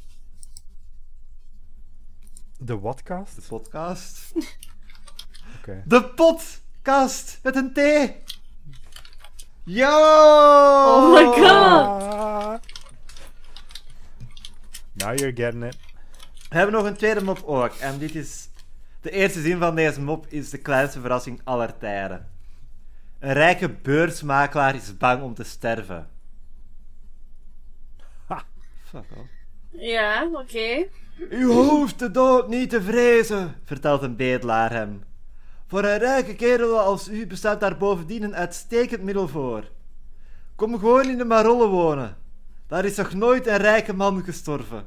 De watcast? De podcast? Oké. De podcast! Met een T! Yo! Oh my god! Now you're getting it. We hebben nog een tweede mop ook. En dit is... De eerste zin van deze mop is de kleinste verrassing aller tijden. Een rijke beursmakelaar is bang om te sterven. Ha. Fuck off. Ja, oké. U hoeft de dood niet te vrezen, vertelt een bedelaar hem. Voor een rijke kerel als u bestaat daar bovendien een uitstekend middel voor. Kom gewoon in de Marolle wonen. Daar is nog nooit een rijke man gestorven.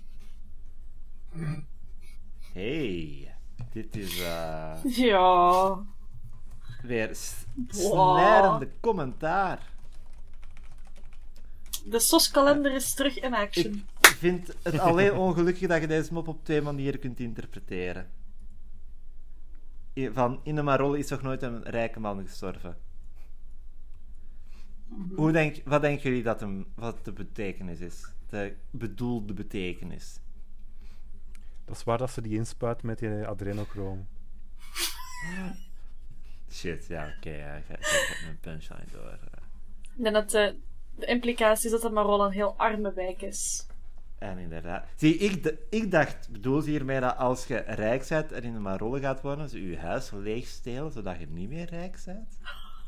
Hey, dit is Ja. weer snijdende commentaar. De SOS-kalender is terug in action. Ik vind het alleen ongelukkig dat je deze mop op twee manieren kunt interpreteren. Van, in de Marolle is nog nooit een rijke man gestorven. Wat denken jullie wat de betekenis is? De bedoelde betekenis? Dat is waar dat ze die inspuiten met die adrenochroom. Shit, ja, oké. Ik ga mijn punchline door. Ik denk dat de implicatie is dat het maar wel een heel arme wijk is. En inderdaad. Zie, ik dacht, bedoel ze hiermee dat als je rijk bent en in de Marollen gaat wonen, ze je huis leeg stelen, zodat je niet meer rijk bent?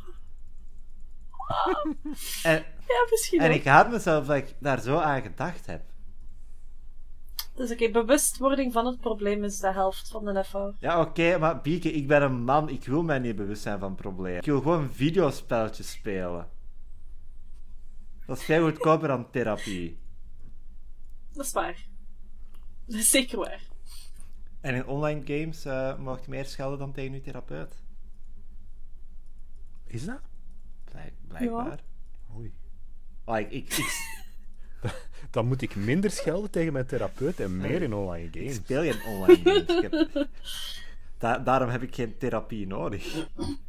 Ja, misschien En ook. ik haat mezelf dat ik daar zo aan gedacht heb. Dus oké, bewustwording van het probleem is de helft van de effort. Ja, oké, maar Bieke, ik ben een man. Ik wil mij niet bewust zijn van problemen. Ik wil gewoon videospelletjes spelen. Dat is veel goedkoper dan therapie. Dat is waar. Dat is zeker waar. En in online games mag je meer schelden dan tegen je therapeut. Is dat? Blijkbaar. Oei. Dan moet ik minder schelden tegen mijn therapeut en meer in online Ik games. speel geen online games. Daarom heb ik geen therapie nodig.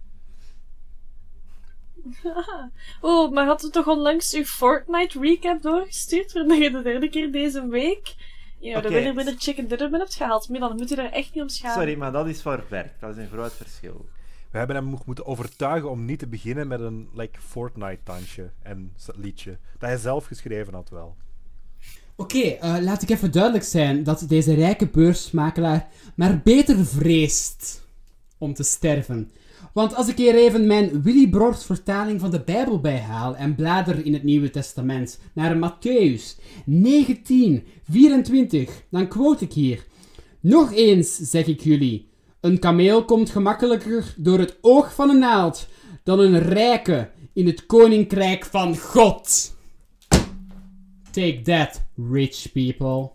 Oh, maar had u toch onlangs uw Fortnite recap doorgestuurd, waarna je de derde keer deze week de winner chicken dinner hebt gehaald? Maar dan moet u er echt niet om schamen. Sorry, maar dat is voor werk. Dat is een groot verschil. We hebben hem nog moeten overtuigen om niet te beginnen met een Fortnite-dansje en liedje. Dat hij zelf geschreven had wel. Oké, laat ik even duidelijk zijn dat deze rijke beursmakelaar maar beter vreest om te sterven. Want als ik hier even mijn Willy Broers vertaling van de Bijbel bijhaal en blader in het Nieuwe Testament naar Mattheüs 19:24, dan quote ik hier: "Nog eens, zeg ik jullie, een kameel komt gemakkelijker door het oog van een naald dan een rijke in het koninkrijk van God." Take that, rich people.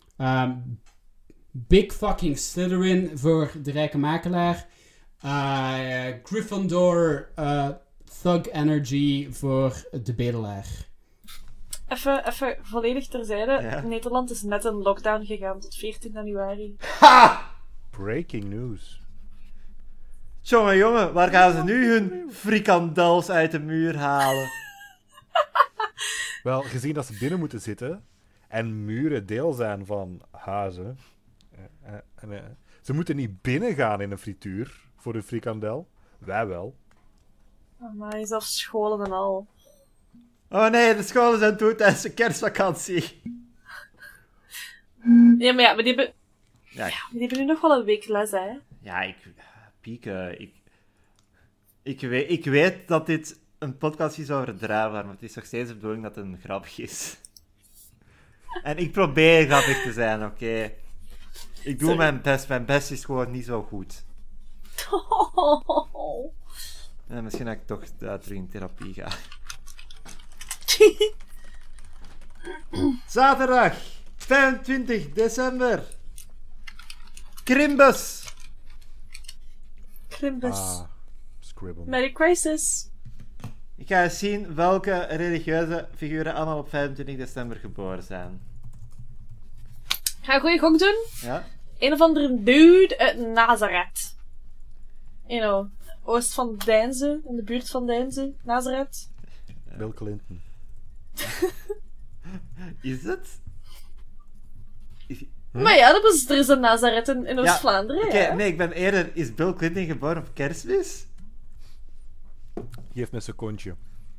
Big fucking Slytherin voor de rijke makelaar. Gryffindor Thug Energy voor de bedelaar. Even volledig terzijde. Ja. Nederland is net in lockdown gegaan tot 14 januari. Ha! Breaking news. Jongen, waar gaan ze nu hun frikandels uit de muur halen? Wel, gezien dat ze binnen moeten zitten en muren deel zijn van huizen. Ze moeten niet binnen gaan in een frituur voor een frikandel. Wij wel. Maar zelfs scholen en al. Oh nee, de scholen zijn toe tijdens de kerstvakantie. Ja, maar die hebben... Ja, Die hebben nu nog wel een week les, hè. ja ik weet dat dit een podcast is over Dravelaar, maar het is nog steeds de bedoeling dat het een grap is. En ik probeer grappig te zijn, oké? Ik doe mijn best. Mijn best is gewoon niet zo goed. En misschien dat ik toch terug in therapie ga. Zaterdag, 25 december. Krimbus. Krimbus. Scribble. Merry Crisis. Ik ga eens zien welke religieuze figuren allemaal op 25 december geboren zijn. Ga een goede gok doen? Ja? Een of andere dude uit Nazareth. Oost van Deinze, in de buurt van Deinze, Nazareth. Bill Clinton. Is het? Maar ja, er is een Nazareth in Oost-Vlaanderen. Oké, ja. nee, ik ben eerder... Is Bill Clinton geboren op Kerstmis? Geef me een secondje.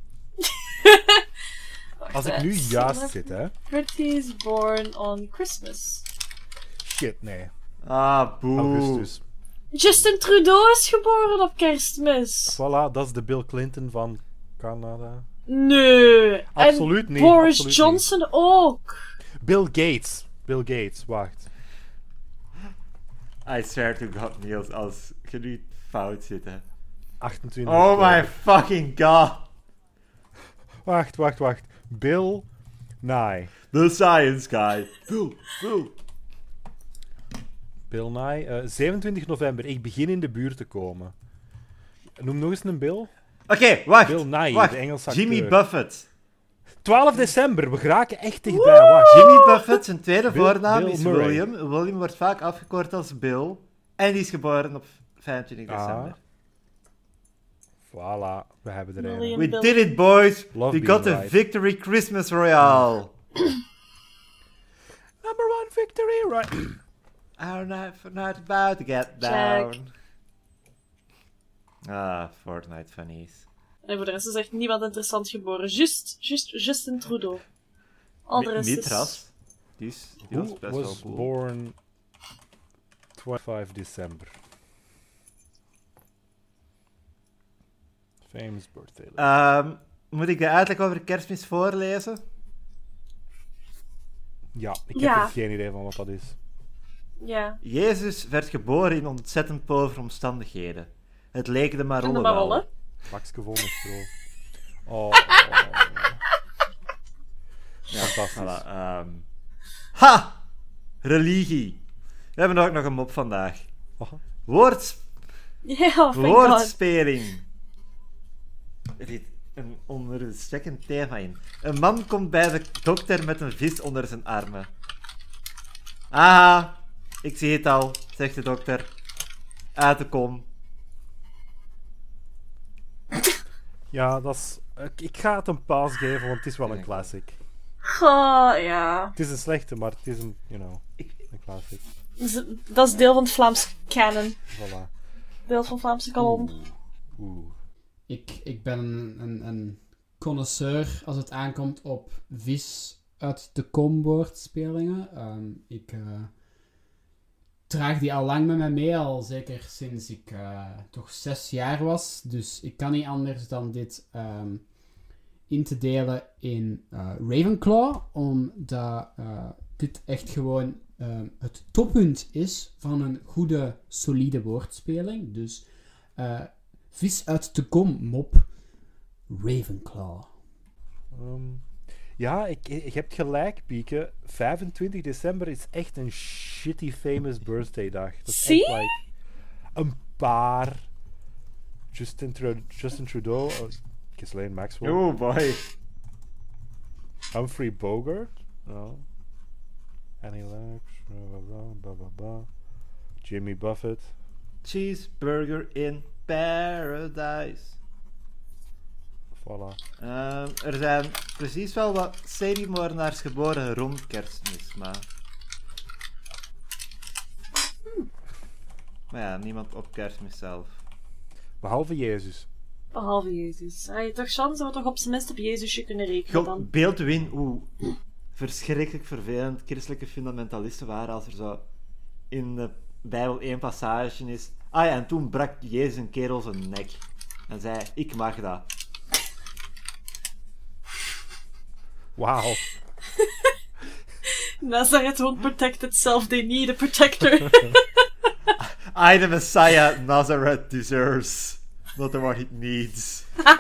Als ik nu juist zit, hè. Pretty is born on Christmas. Shit, nee. Ah, boe. Augustus. Justin Trudeau is geboren op Kerstmis. Voilà, dat is de Bill Clinton van Canada. Nee. Absoluut en niet. Boris Absoluut Johnson niet. ook. Bill Gates, wacht. I swear to God, Niels, als je nu fout zit, hè. 28 Oh oktober. my fucking god. Wacht. Bill Nye. The science guy. Bill Nye. 27 november. Ik begin in de buurt te komen. Noem nog eens een Bill. Oké, wacht. Bill Nye, wacht. de Engelse acteur. Jimmy Buffett. 12 december. We geraken echt dichtbij. Wacht. Jimmy Buffett, zijn tweede Bill voornaam is Murray. William. William wordt vaak afgekort als Bill. En die is geboren op 25 december. Voilà, we hebben er Million een. We Bill. did it, boys! Love We got being the right. Victory Christmas Royale! Number 1 victory, right? I'm not about to get down. Ah, Fortnite funnies. En voor de rest is echt niemand interessant geboren. Justin Trudeau. Al de rest is... Mitras. Die was Who best wel was cool. born 25 December? Famous birthday. Moet ik de uitleg over Kerstmis voorlezen? Ja, ik Ja. heb er geen idee van wat dat is. Ja. Jezus werd geboren in ontzettend povere omstandigheden. Het leken de En Marollen de wel. Marollen. Bakske vol met stro. Oh. Ja, Fantastisch. voilà, ha! Religie. We hebben ook nog een mop vandaag. Oh. Ja, thank God. Woordspeling. Er zit een onrustwekkend thema in. Een man komt bij de dokter met een vis onder zijn armen. Aha, ik zie het al, zegt de dokter. Uit de kom. Ja, dat is... Ik ga het een paas geven, want het is wel een classic. Goh, ja. Het is een slechte, maar het is een, een classic. Dat is deel van het Vlaams canon. Voilà. Deel van Vlaamse kanon. Oeh. Ik ben een connoisseur als het aankomt op vis uit de komwoordspelingen. Ik draag die al lang met mij mee, al zeker sinds ik toch 6 jaar was. Dus ik kan niet anders dan dit in te delen in Ravenclaw, omdat dit echt gewoon het toppunt is van een goede, solide woordspeling. Dus vis uit de kom mop Ravenclaw. Ja, ik heb gelijk, Pieke. 25 december is echt een shitty famous birthday dag. Dat is Zie? echt like een paar. Justin Trudeau, Ghislaine Maxwell, Oh boy. Humphrey Bogart, Annie Lennox, Jimmy Buffett. Cheeseburger in paradise. Voilà. Er zijn precies wel wat seriemoordenaars geboren rond Kerstmis, maar... Maar ja, niemand op Kerstmis zelf. Behalve Jezus. Behalve Jezus. Heb je toch chance dat we toch op zijn minst op Jezusje kunnen rekenen dan? God, beeld u in hoe verschrikkelijk vervelend christelijke fundamentalisten waren als er zo in de Bijbel 1 passage is. Ah ja, en toen brak Jezus een kerel zijn nek. En zei, ik mag dat. Wauw. Nazareth won't protect itself, they need a protector. I, the Messiah, Nazareth deserves. Not what it needs.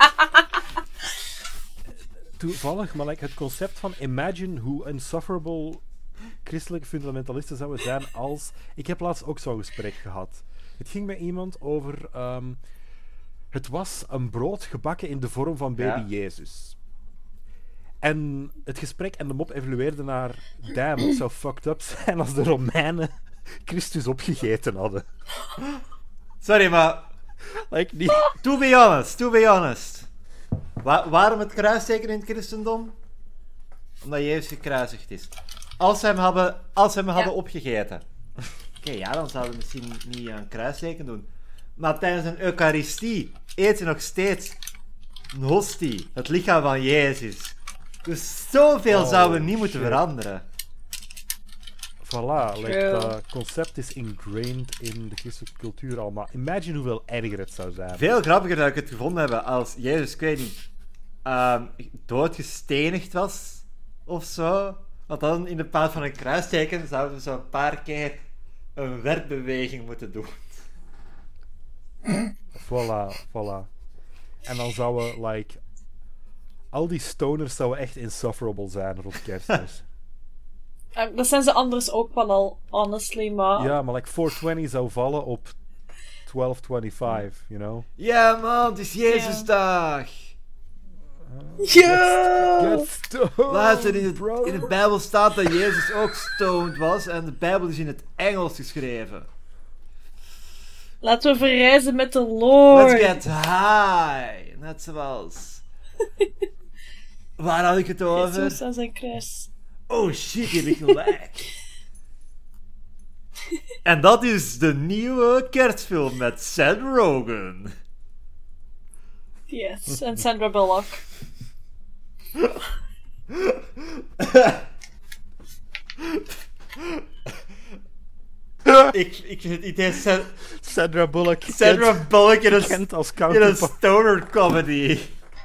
Toevallig, maar het concept van imagine hoe insufferable christelijke fundamentalisten zouden zijn als... Ik heb laatst ook zo'n gesprek gehad. Het ging met iemand over... het was een brood gebakken in de vorm van baby Jezus. En het gesprek en de mop evolueerde naar... Damn, het zou fucked up zijn als de Romeinen Christus opgegeten hadden. Sorry, maar... To be honest. Waarom het kruisteken in het christendom? Omdat Jezus gekruisigd is. Als ze hem hadden opgegeten. Oké, ja, dan zouden we misschien niet een kruisteken doen. Maar tijdens een eucharistie eet ze nog steeds een hostie. Het lichaam van Jezus. Dus zoveel zouden we niet moeten veranderen. Voilà, dat concept is ingrained in de christelijke cultuur al. Maar imagine hoeveel erger het zou zijn. Veel grappiger zou ik het gevonden hebben als Jezus, ik weet niet, doodgestenigd was of zo. Want dan in de plaats van een kruisteken zouden we zo een paar keer een werpbeweging moeten doen. Voilà. En dan zouden, al die stoners zouden echt insufferable zijn rond Kerstmis. Dat zijn ze anders ook wel al, honestly, maar... Ja, maar 420 zou vallen op 1225, you know? Ja, man, het is Jezusdag! Get stoned, Luister, in de Bijbel staat dat Jezus ook stoned was en de Bijbel is in het Engels geschreven. Laten we verreizen met de Lord. Let's get high. Net zoals... Waar had ik het over? Jezus aan zijn kruis. Oh shit, hier ligt gelijk. En dat is de nieuwe kerstfilm met Seth Rogen. Yes, en Sandra Bullock. Ik vind het idee Sandra Bullock. Sandra Bullock in Kent als een counterpart. stoner comedy.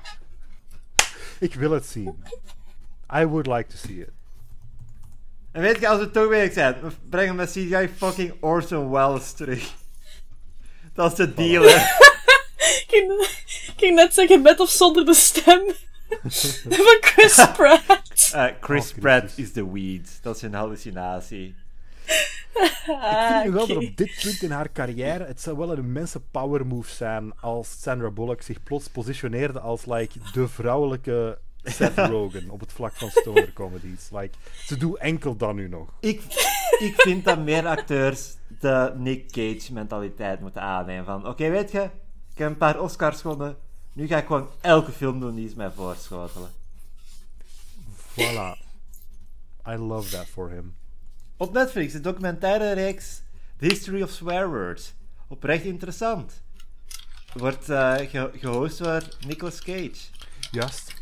Ik wil het zien. I would like to see it. En weet je, als we toch bezig zijn, we brengen met CGI fucking Orson Welles terug. Dat is de deal, hè. Ik ging net zeggen met of zonder de stem van Chris Pratt. Chris Pratt is the weed. Dat is een hallucinatie. Ik vind nu wel dat op dit punt in haar carrière het zou wel een immense power move zijn als Sandra Bullock zich plots positioneerde als de vrouwelijke Seth Rogen op het vlak van stoner comedies. Ze doet enkel dat nu nog. Ik vind dat meer acteurs de Nick Cage mentaliteit moeten aannemen. Van, oké, weet je, ik heb een paar Oscars gewonnen. Nu ga ik gewoon elke film doen die is mij voorschotelen. Voilà. I love that for him. Op Netflix, de documentaire reeks The History of Swear Words. Oprecht interessant. Wordt gehost door Nicolas Cage. Juist.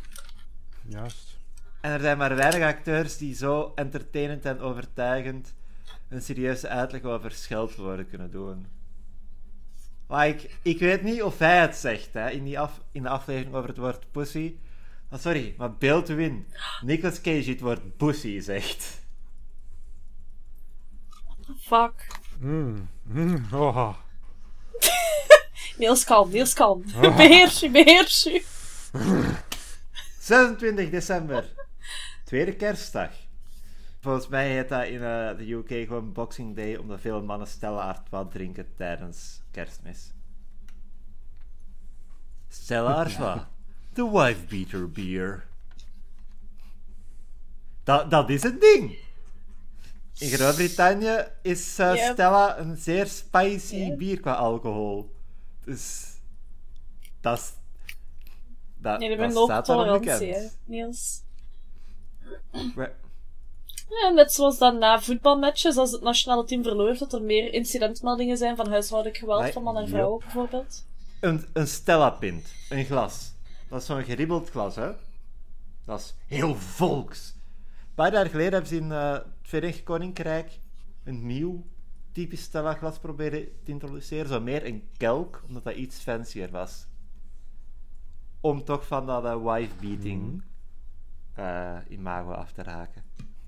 En er zijn maar weinig acteurs die zo entertainend en overtuigend een serieuze uitleg over scheldwoorden kunnen doen. Ik weet niet of hij het zegt, hè, in de aflevering over het woord pussy. Oh, sorry, maar beeld to win. Nicolas Cage het woord pussy zegt. Fuck. Oh. Niels, kalm. Beheers je. 26 december. Tweede kerstdag. Volgens mij heet dat in de UK gewoon Boxing Day, omdat veel mannen Stella Artois drinken tijdens kerstmis. Stella Artois. The wife beater beer. Dat is het ding. In Groot-Brittannië is Stella een zeer spicy bier qua alcohol. Dus dat is... Nee, dat ben tolerantie, hè, Niels. Ja, net zoals dan na voetbalmatches, als het nationale team verloor, dat er meer incidentmeldingen zijn van huishoudelijk geweld van man en vrouw, bijvoorbeeld. Een Stella-pint, een glas. Dat is zo'n geribbeld glas, hè. Dat is heel volks. Een paar jaar geleden hebben ze in het Verenigd Koninkrijk een nieuw typisch Stella-glas proberen te introduceren. Zo meer een kelk, omdat dat iets fancier was. Om toch van dat wife-beating imago af te raken.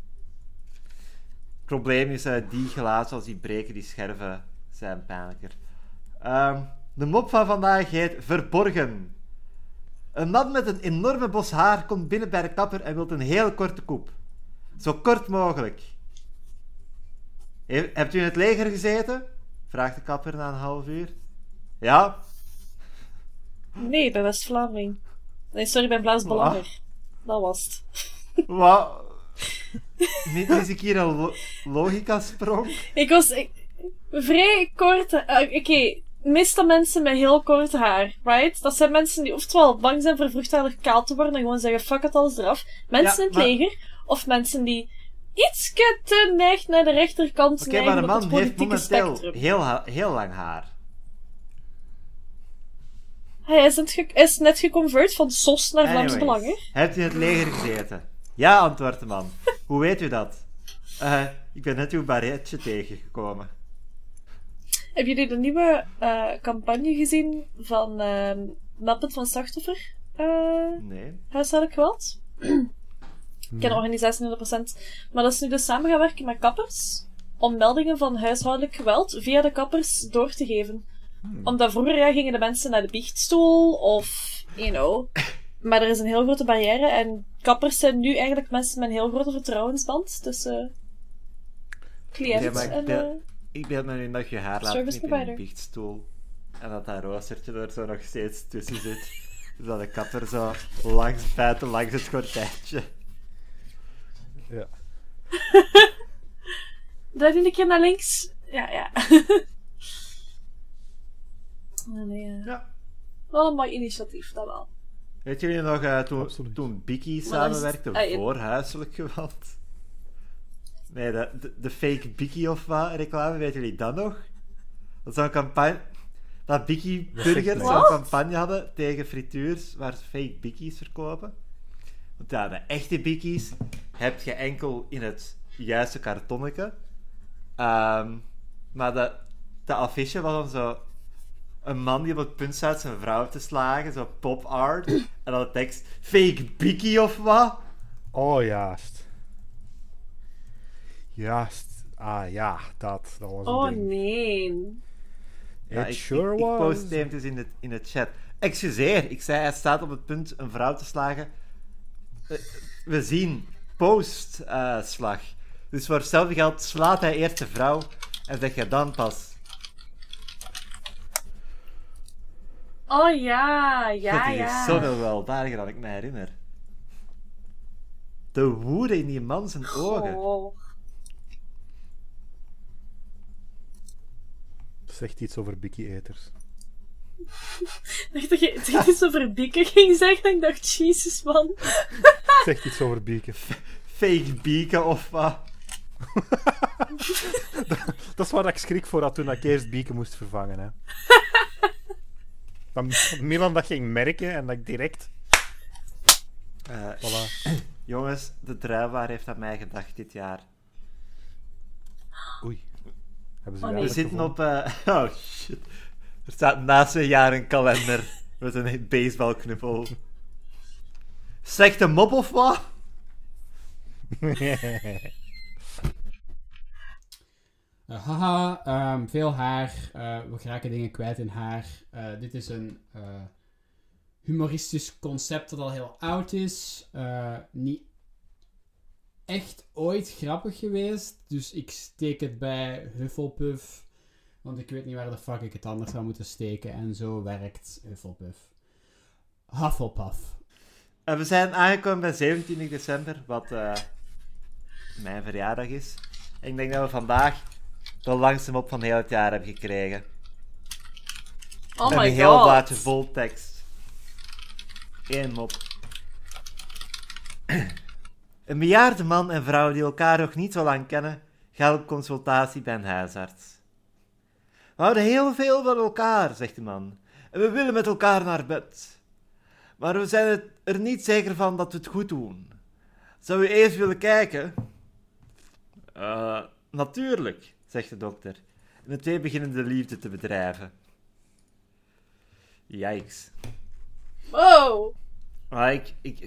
Het probleem is, die glazen, als die breken, die scherven zijn pijnlijker. De mop van vandaag heet Verborgen. Een man met een enorme bos haar komt binnen bij de kapper en wil een heel korte koep. Zo kort mogelijk. Hebt u in het leger gezeten? Vraagt de kapper na een half uur. Ja. Nee, bij West-Vlaming. Nee, sorry, bij Vlaams-Belangen. Dat was het. Wat? Niet eens een keer een logica-sprong? Ik was vrij kort... Oké, meestal mensen met heel kort haar, right? Dat zijn mensen die oftewel bang zijn voor vroegtijdig kaal te worden en gewoon zeggen, fuck het, alles eraf. Mensen in het leger, of mensen die iets te neigt naar de rechterkant neigen maar de man op het heeft politieke momenteel spectrum. heel lang haar. Hij is net geconvert van SOS naar Vlaams Belangen. Hebt u in het leger gezeten? Ja, antwoordt de man. Hoe weet u dat? Ik ben net uw barretje tegengekomen. Heb jullie de nieuwe campagne gezien van Meldpunt van Slachtoffer? Nee. Huishoudelijk geweld? Ik ken de organisatie 100%. Maar dat is nu dus samen gaan werken met kappers om meldingen van huishoudelijk geweld via de kappers door te geven. Omdat vroeger gingen de mensen naar de biechtstoel of, maar er is een heel grote barrière en kappers zijn nu eigenlijk mensen met een heel grote vertrouwensband tussen cliënt en ik beeld me nu dat je haar laat service knippen in provider. een biechtstoel en dat roostertje er zo nog steeds tussen zit. Dus dat de kapper zo langs buiten langs het gordijntje. Ja. Draai een keer naar links. Ja. Wel een mooi initiatief, dat wel. Weet jullie nog, toen Biki samenwerkte voor huiselijk geweld? Nee, de fake Biki of wat reclame, weten jullie dat nog? Dat zo'n campagne... Dat Biki-burgers zo'n campagne hadden tegen frituurs waar ze fake Biki's verkopen. Want ja, de echte Biki's heb je enkel in het juiste kartonnetje. Maar de affiche was dan zo... Een man die op het punt staat zijn vrouw te slagen, zo pop art. En dan de tekst, fake Biki of wat? Oh, juist. Juist. Ah ja, dat was een ding. Nee. Ja, ik post hem dus in de chat. Excuseer, ik zei hij staat op het punt een vrouw te slagen. We zien post-slag. Dus voor hetzelfde geld slaat hij eerst de vrouw en zeg je dan pas... Oh ja. Dat is zoveel weldadig dan ik me herinner. De woede in die man zijn ogen. Oh. Zegt iets over Biki-eters. Ik dacht dat je iets over Bieke ging zeggen. Ik dacht, jezus man. Zegt iets over Bieke. Fake Bieke of wat? Dat is waar ik schrik voor had toen ik eerst Bieke moest vervangen. Hè. Dat Milan dat ging merken en dat ik direct... Voilà. Jongens, de druivaar heeft aan mij gedacht dit jaar. Oei. We zitten op... oh shit. Er staat naast een jaar een kalender met een baseballknuppel. Slechte mop of wat? Veel haar. We geraken dingen kwijt in haar. Dit is een humoristisch concept dat al heel oud is. Niet echt ooit grappig geweest. Dus ik steek het bij Hufflepuff. Want ik weet niet waar de fuck ik het anders zou moeten steken. En zo werkt Hufflepuff. Hufflepuff. We zijn aangekomen bij 27 december, wat mijn verjaardag is. En ik denk dat we vandaag de langste mop van heel het jaar hebben gekregen. Oh my god. Een heel blaadje vol tekst. 1 mop. Een bejaarde man en vrouw die elkaar nog niet zo lang kennen, gaan op consultatie bij een huisarts. We houden heel veel van elkaar, zegt de man. En we willen met elkaar naar bed. Maar we zijn er niet zeker van dat we het goed doen. Zou u eerst willen kijken? Natuurlijk, zegt de dokter. En de twee beginnen de liefde te bedrijven. Yikes. Wow. Maar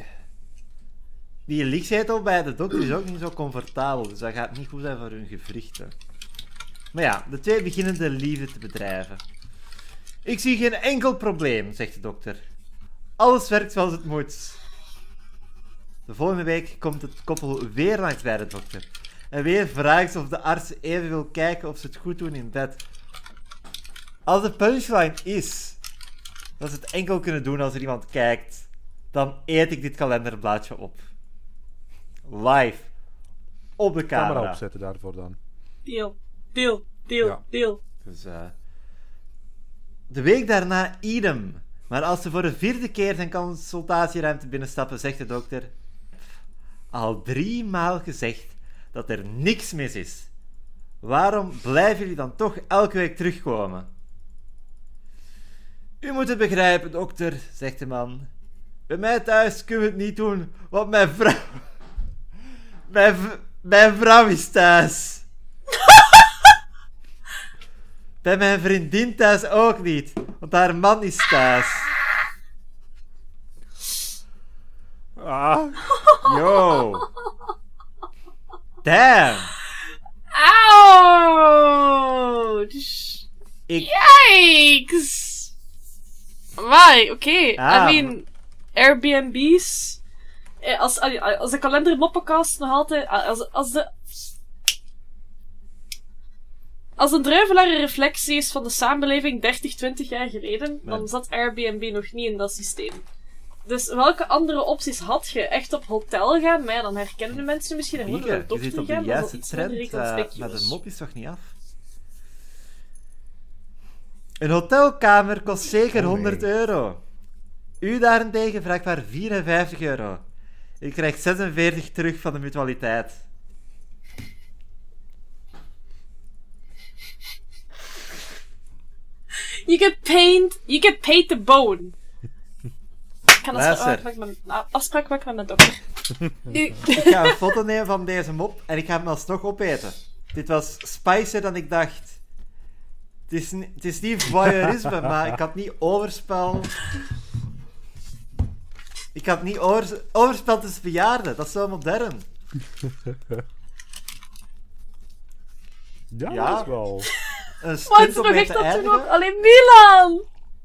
die lichtzetel bij de dokter is ook niet zo comfortabel, dus dat gaat niet goed zijn voor hun gewrichten. Maar ja, de twee beginnen de liefde te bedrijven. Ik zie geen enkel probleem, zegt de dokter. Alles werkt zoals het moet. De volgende week komt het koppel weer langs bij de dokter. En weer vraagt ze of de arts even wil kijken of ze het goed doen in bed. Als de punchline is dat ze het enkel kunnen doen als er iemand kijkt, dan eet ik dit kalenderblaadje op. Live. Op de camera. Camera opzetten daarvoor dan. Deal. Dus, de week daarna idem. Maar als ze voor de 4e keer zijn consultatieruimte binnenstappen, zegt de dokter... Al 3 maal gezegd dat er niks mis is. Waarom blijven jullie dan toch elke week terugkomen? U moet het begrijpen, dokter, zegt de man. Bij mij thuis kunnen we het niet doen, want mijn vrouw... Mijn vrouw is thuis. Bij mijn vriendin thuis ook niet, want haar man is thuis. Yo. Damn. Ouch. Yikes. Why? Oké. I mean, Airbnb's. Als de kalendermoppenkast nog altijd... Als een druivelaar een reflectie is van de samenleving 30, 20 jaar geleden, dan zat Airbnb nog niet in dat systeem. Dus welke andere opties had je? Echt op hotel gaan? Maar ja, dan herkennen de mensen misschien en moeten naar de dokter gaan. Je zit op de juiste trend, maar de mop is toch niet af? Een hotelkamer kost zeker 100 euro. U daarentegen vraagt maar 54 euro. U krijgt 46 terug van de mutualiteit. You get paid to bone. Ik ga een afspraak maken met mijn dokter. Ik ga een foto nemen van deze mop en ik ga hem alsnog opeten. Dit was spicier dan ik dacht. Het is niet voyeurisme, maar ik had niet overspel. Ik had niet overspel tussen bejaarden. Dat is zo modern. Ja, dat is wel... Een Wat stunt is om er nog mee echt te op te eindigen. nog? Alleen Milan!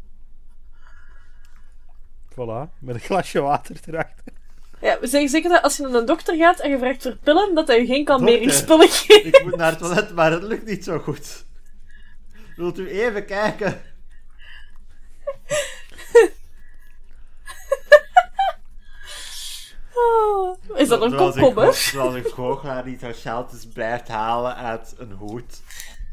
Voilà, met een glasje water erachter. Ja, we zeggen zeker dat als je naar een dokter gaat en je vraagt voor pillen, dat hij je geen Dokter. kalmeringsspullen geeft. Ik moet naar het toilet, maar het lukt niet zo goed. Wilt u even kijken? Is dat een komkommer? Zoals een goochelaar die zijn sjaaltjes blijft halen uit een hoed.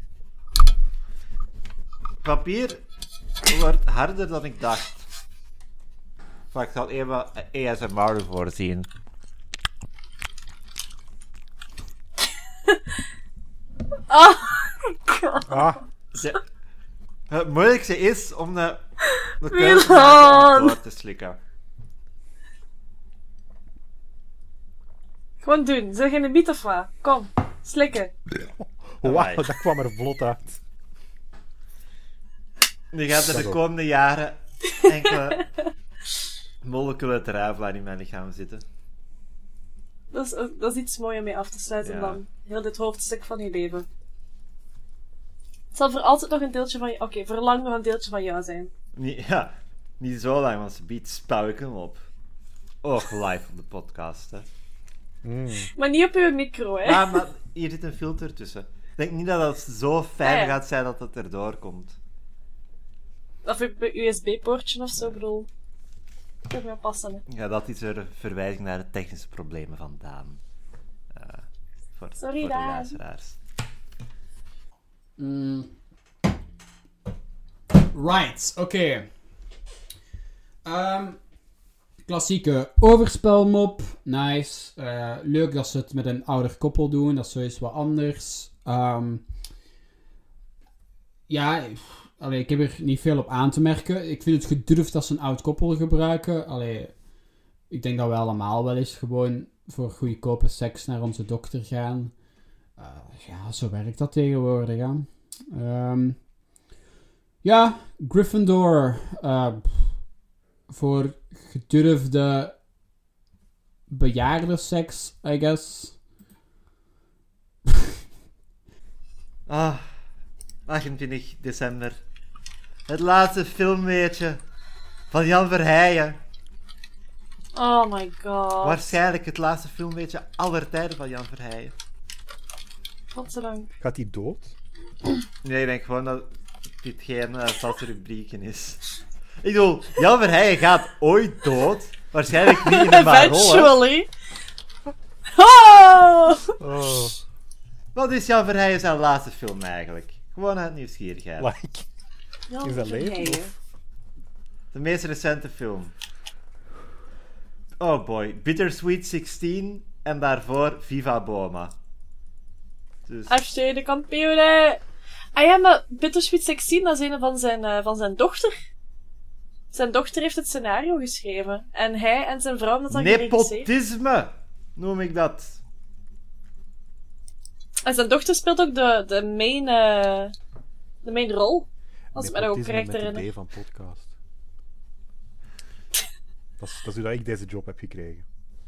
Papier wordt harder dan ik dacht. Maar ik zal even ASMR ervoor zien. Het moeilijkste is om de keuze te maken om door te slikken. Gewoon doen. Zeg je een biet of wat? Kom, slikken. Wauw, dat kwam er vlot uit. Nu gaat er de komende jaren enkele moleculen druivelaar in mijn lichaam zitten. Dat is iets moois om mee af te sluiten Ja. dan. Heel dit hoofdstuk van je leven. Het zal voor altijd nog een deeltje van je... Oké, voor lang nog een deeltje van jou zijn. Niet zo lang, want ze biedt spouw ik hem op. Och, live op de podcast, hè. Maar niet op je micro, hè. Ja, maar hier zit een filter tussen. Ik denk niet dat het zo fijn Ja. gaat zijn dat het erdoor komt. Of op een USB-poortje of zo, bedoel. Ik heb me passen, hè. Ja, dat is er een verwijzing naar de technische problemen van Daan. Voor Sorry, de Daan. luisteraars. Right, oké. Klassieke overspelmop. Nice. Leuk dat ze het met een ouder koppel doen. Dat is zoiets wat anders. Ik heb er niet veel op aan te merken. Ik vind het gedurfd dat ze een oud koppel gebruiken. Ik denk dat we allemaal wel eens gewoon voor goedkope seks naar onze dokter gaan. Zo werkt dat tegenwoordig, hè. Gryffindor. Voor gedurfde bejaardenseks, I guess. 28 december. Het laatste filmweetje van Jan Verheijen. Oh my god. Waarschijnlijk het laatste filmweetje aller tijden van Jan Verheijen. Godzijdank. Gaat hij dood? Nee, ik denk gewoon dat dit geen vaste rubrieken is. Ik bedoel, Jan Verheijen gaat ooit dood. Waarschijnlijk niet in een maar rol. Eventually. Oh! Wat is Jan Verheijen zijn laatste film eigenlijk? Gewoon uit nieuwsgierigheid. Like, Jan is dat leven? Verheijen. De meest recente film. Oh boy, Bittersweet 16 en daarvoor Viva Boma. Dus... FC de kampioenen! Ah ja, maar Bittersweet 16, dat is een van zijn dochter. Zijn dochter heeft het scenario geschreven. En hij en zijn vrouw hebben dat dan geregisseerd. Nepotisme noem ik dat. En zijn dochter speelt ook de main rol. Als ik me dat ook nepotisme correct met de herinner. D van podcast. Dat is hoe dat ik deze job heb gekregen.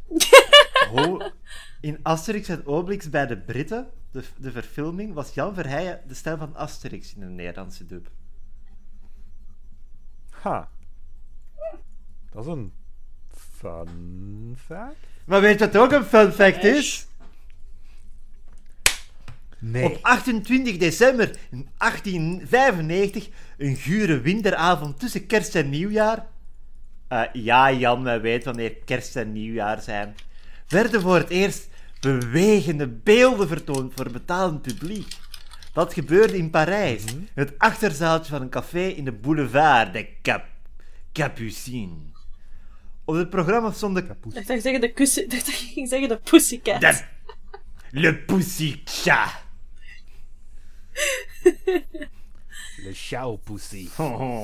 In Asterix en Obelix bij de Britten, de verfilming, was Jan Verheijen de stem van Asterix in een Nederlandse dub. Ha. Dat is een fun fact. Maar weet je wat ook een fun fact is? Nee. Op 28 december 1895, een gure winteravond tussen kerst en nieuwjaar... ja, Jan, wij weten wanneer kerst en nieuwjaar zijn. Werden voor het eerst bewegende beelden vertoond voor betalend publiek. Dat gebeurde in Parijs. In het achterzaaltje van een café in de boulevard de Capucine. Op het programma stond de... Ik dacht dat je ging zeggen de Pussycat. Le Pussycat. Le Chao Pussy. Je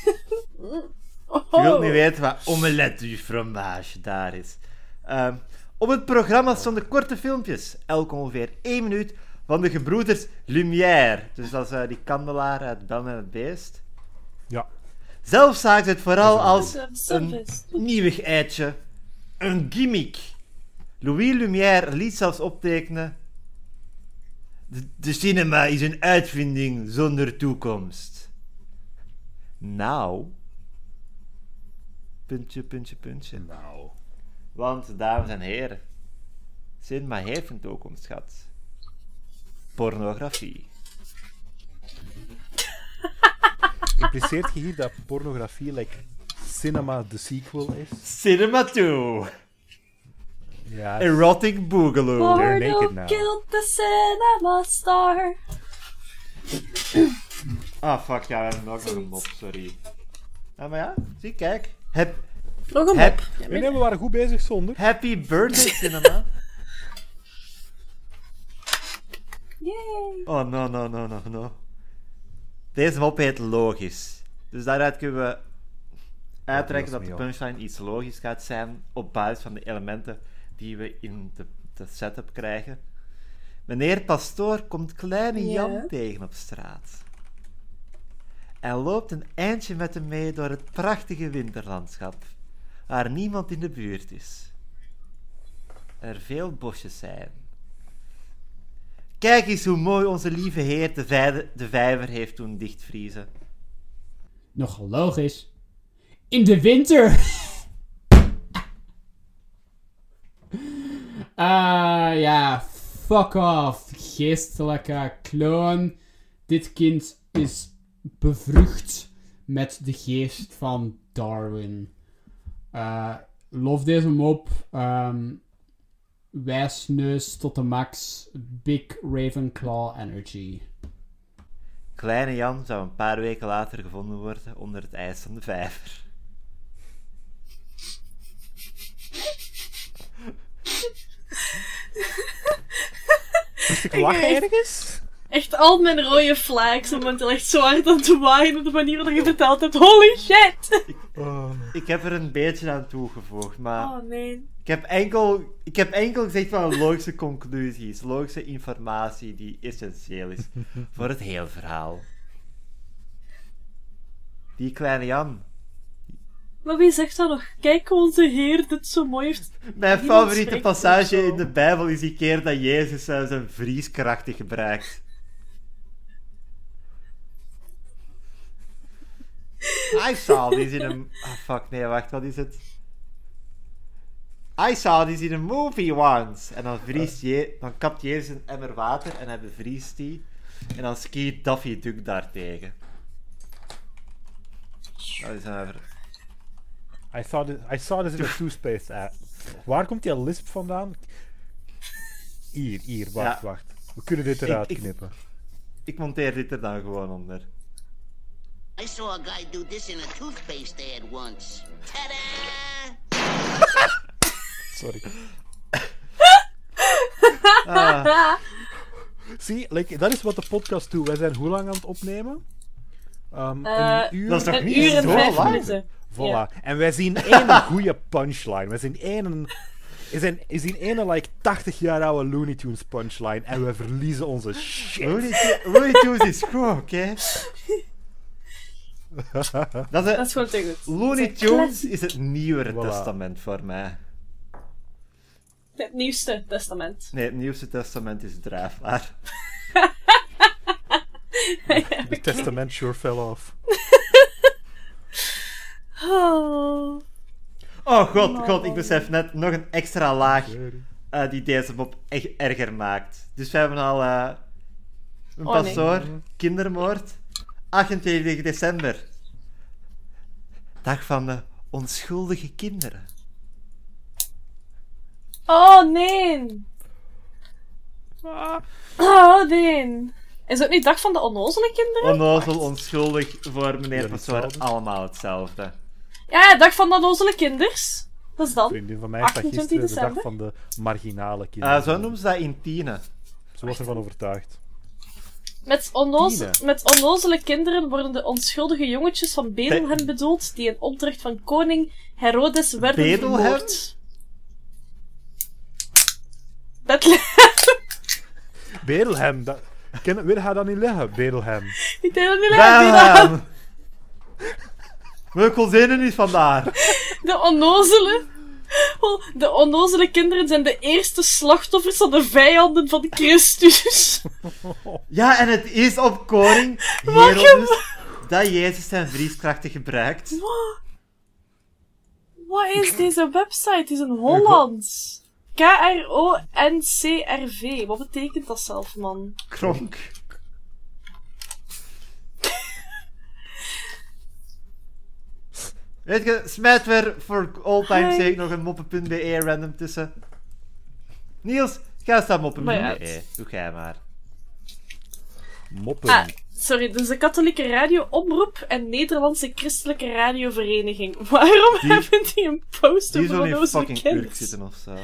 wilt niet weten wat omelette du fromage daar is. Op het programma stonden korte filmpjes, elk ongeveer 1 minuut, van de gebroeders Lumière. Dus dat is die kandelaar uit Belle en het Beest. Ja. Zelf zagen ze het vooral als een Sunfest. nieuwig eitje. Een gimmick. Louis Lumière liet zelfs optekenen... De cinema is een uitvinding zonder toekomst. Nou... Puntje. Nou. Want, dames en heren... Cinema heeft een toekomst gehad. Pornografie. Impliceert je hier dat pornografie cinema de sequel is? Cinema 2. Ja. Erotic Boogaloo. They're naked Porno now. killed the cinema star. Ah, fuck, ja, we hebben ook nog een mop, sorry. Ja, maar ja, zie, kijk. Nog een Heb- mop. Nee, we waren goed bezig zonder. Happy birthday, cinema. Yay. Oh, no. Deze mop heet logisch. Dus daaruit kunnen we uittrekken dat de punchline iets logisch gaat zijn op basis van de elementen die we in de setup krijgen. Meneer Pastoor komt kleine Jan Ja. tegen op straat. En loopt een eindje met hem mee door het prachtige winterlandschap, waar niemand in de buurt is. Er veel bosjes zijn. Kijk eens hoe mooi onze lieve heer de vijver heeft doen dichtvriezen. Nogal logisch. In de winter! Ja, fuck off, geestelijke kloon. Dit kind is bevrucht met de geest van Darwin. Lof deze mop. Wijsneus tot de max. Big Ravenclaw energy. Kleine Jan zou een paar weken later gevonden worden onder het ijs van de vijver. Moest ik lachen ergens? Echt al mijn rode flags momenteel echt zo hard aan te waaien op de manier waarop je verteld hebt. Holy shit! Ik heb er een beetje aan toegevoegd, maar Oh nee. ik heb enkel gezegd van logische conclusies, logische informatie die essentieel is voor het hele verhaal. Die kleine Jan. Maar wie zegt dat nog? Kijk hoe onze Heer dit zo mooi heeft. Mijn Niemand favoriete spreekt passage zo. in de Bijbel is die keer dat Jezus zijn vrieskrachten gebruikt. I saw this in a... Ah, fuck, nee, wacht, wat is het? I saw this in a movie once. En dan dan kapt Jezus een emmer water en hij bevriest die. En dan skiet Daffy Duck daartegen. Dat is een... I saw this in a two-space app. Waar komt die lisp vandaan? Hier, wacht. We kunnen dit eruit knippen. Ik monteer dit er dan gewoon onder. I saw a guy do this in a toothpaste ad once. Ta-da! Sorry. Ah, Zie, dat is wat de podcast doet. Wij zijn hoe lang aan het opnemen? Een uur. dat is toch Een niet uur en zo 5 lang? minuten. Voilà. Ja. En wij zien één goede punchline. Wij zien één like 80 jaar oude Looney Tunes punchline. En we verliezen onze shit. Looney Tunes is goed, oké? Dat is gewoon te goed. Looney Dat is een Tunes classic. is het Nieuwere Voilà. Testament voor mij. Het nieuwste testament. Nee, het Nieuwste Testament is drijfbaar. The testament sure fell off. Oh. Oh god, ik besef net nog een extra laag die deze mop echt erger maakt. Dus we hebben al een Oh, nee. pastoor, kindermoord, 28 december. Dag van de onschuldige kinderen. Oh nee. Oh nee. Is het niet dag van de onnozele kinderen? Onnozel, onschuldig, voor meneer Ja, Professor, hetzelfde. allemaal hetzelfde. Ja, dag van de onnozele kinders. Dat is Een dan. vriendin van mij heeft dat 28 gisteren de dag december. van de marginale kinderen. Zo noemen ze dat in Tiene. Ze was ervan overtuigd. Met onnozele kinderen worden de onschuldige jongetjes van Bethlehem bedoeld, die in opdracht van koning Herodes werden Bethlehem? vermoord. Bethlehem. Bedelhem, dat... Wil hij dat niet liggen, Bedelhem? Ik denk dat niet lekker. Bam! Mijn kozijnen is vandaar. De onnozele kinderen zijn de eerste slachtoffers van de vijanden van Christus. Ja, en het is op koning Herodes dat Jezus zijn vrieskrachten gebruikt. Wat is deze website? Het is in Hollands. KRONCRV. Wat betekent dat zelf, man? Kronk. Weet je, smijt weer voor all time sake nog een moppen.be random tussen. Niels, ga staan moppen.be. Doe jij maar. Moppen. Sorry, dus de Katholieke Radio-Omroep en Nederlandse Christelijke Radiovereniging. Waarom hebben die een post Die over zullen in onnozele fucking kinders? Urk zitten of zo.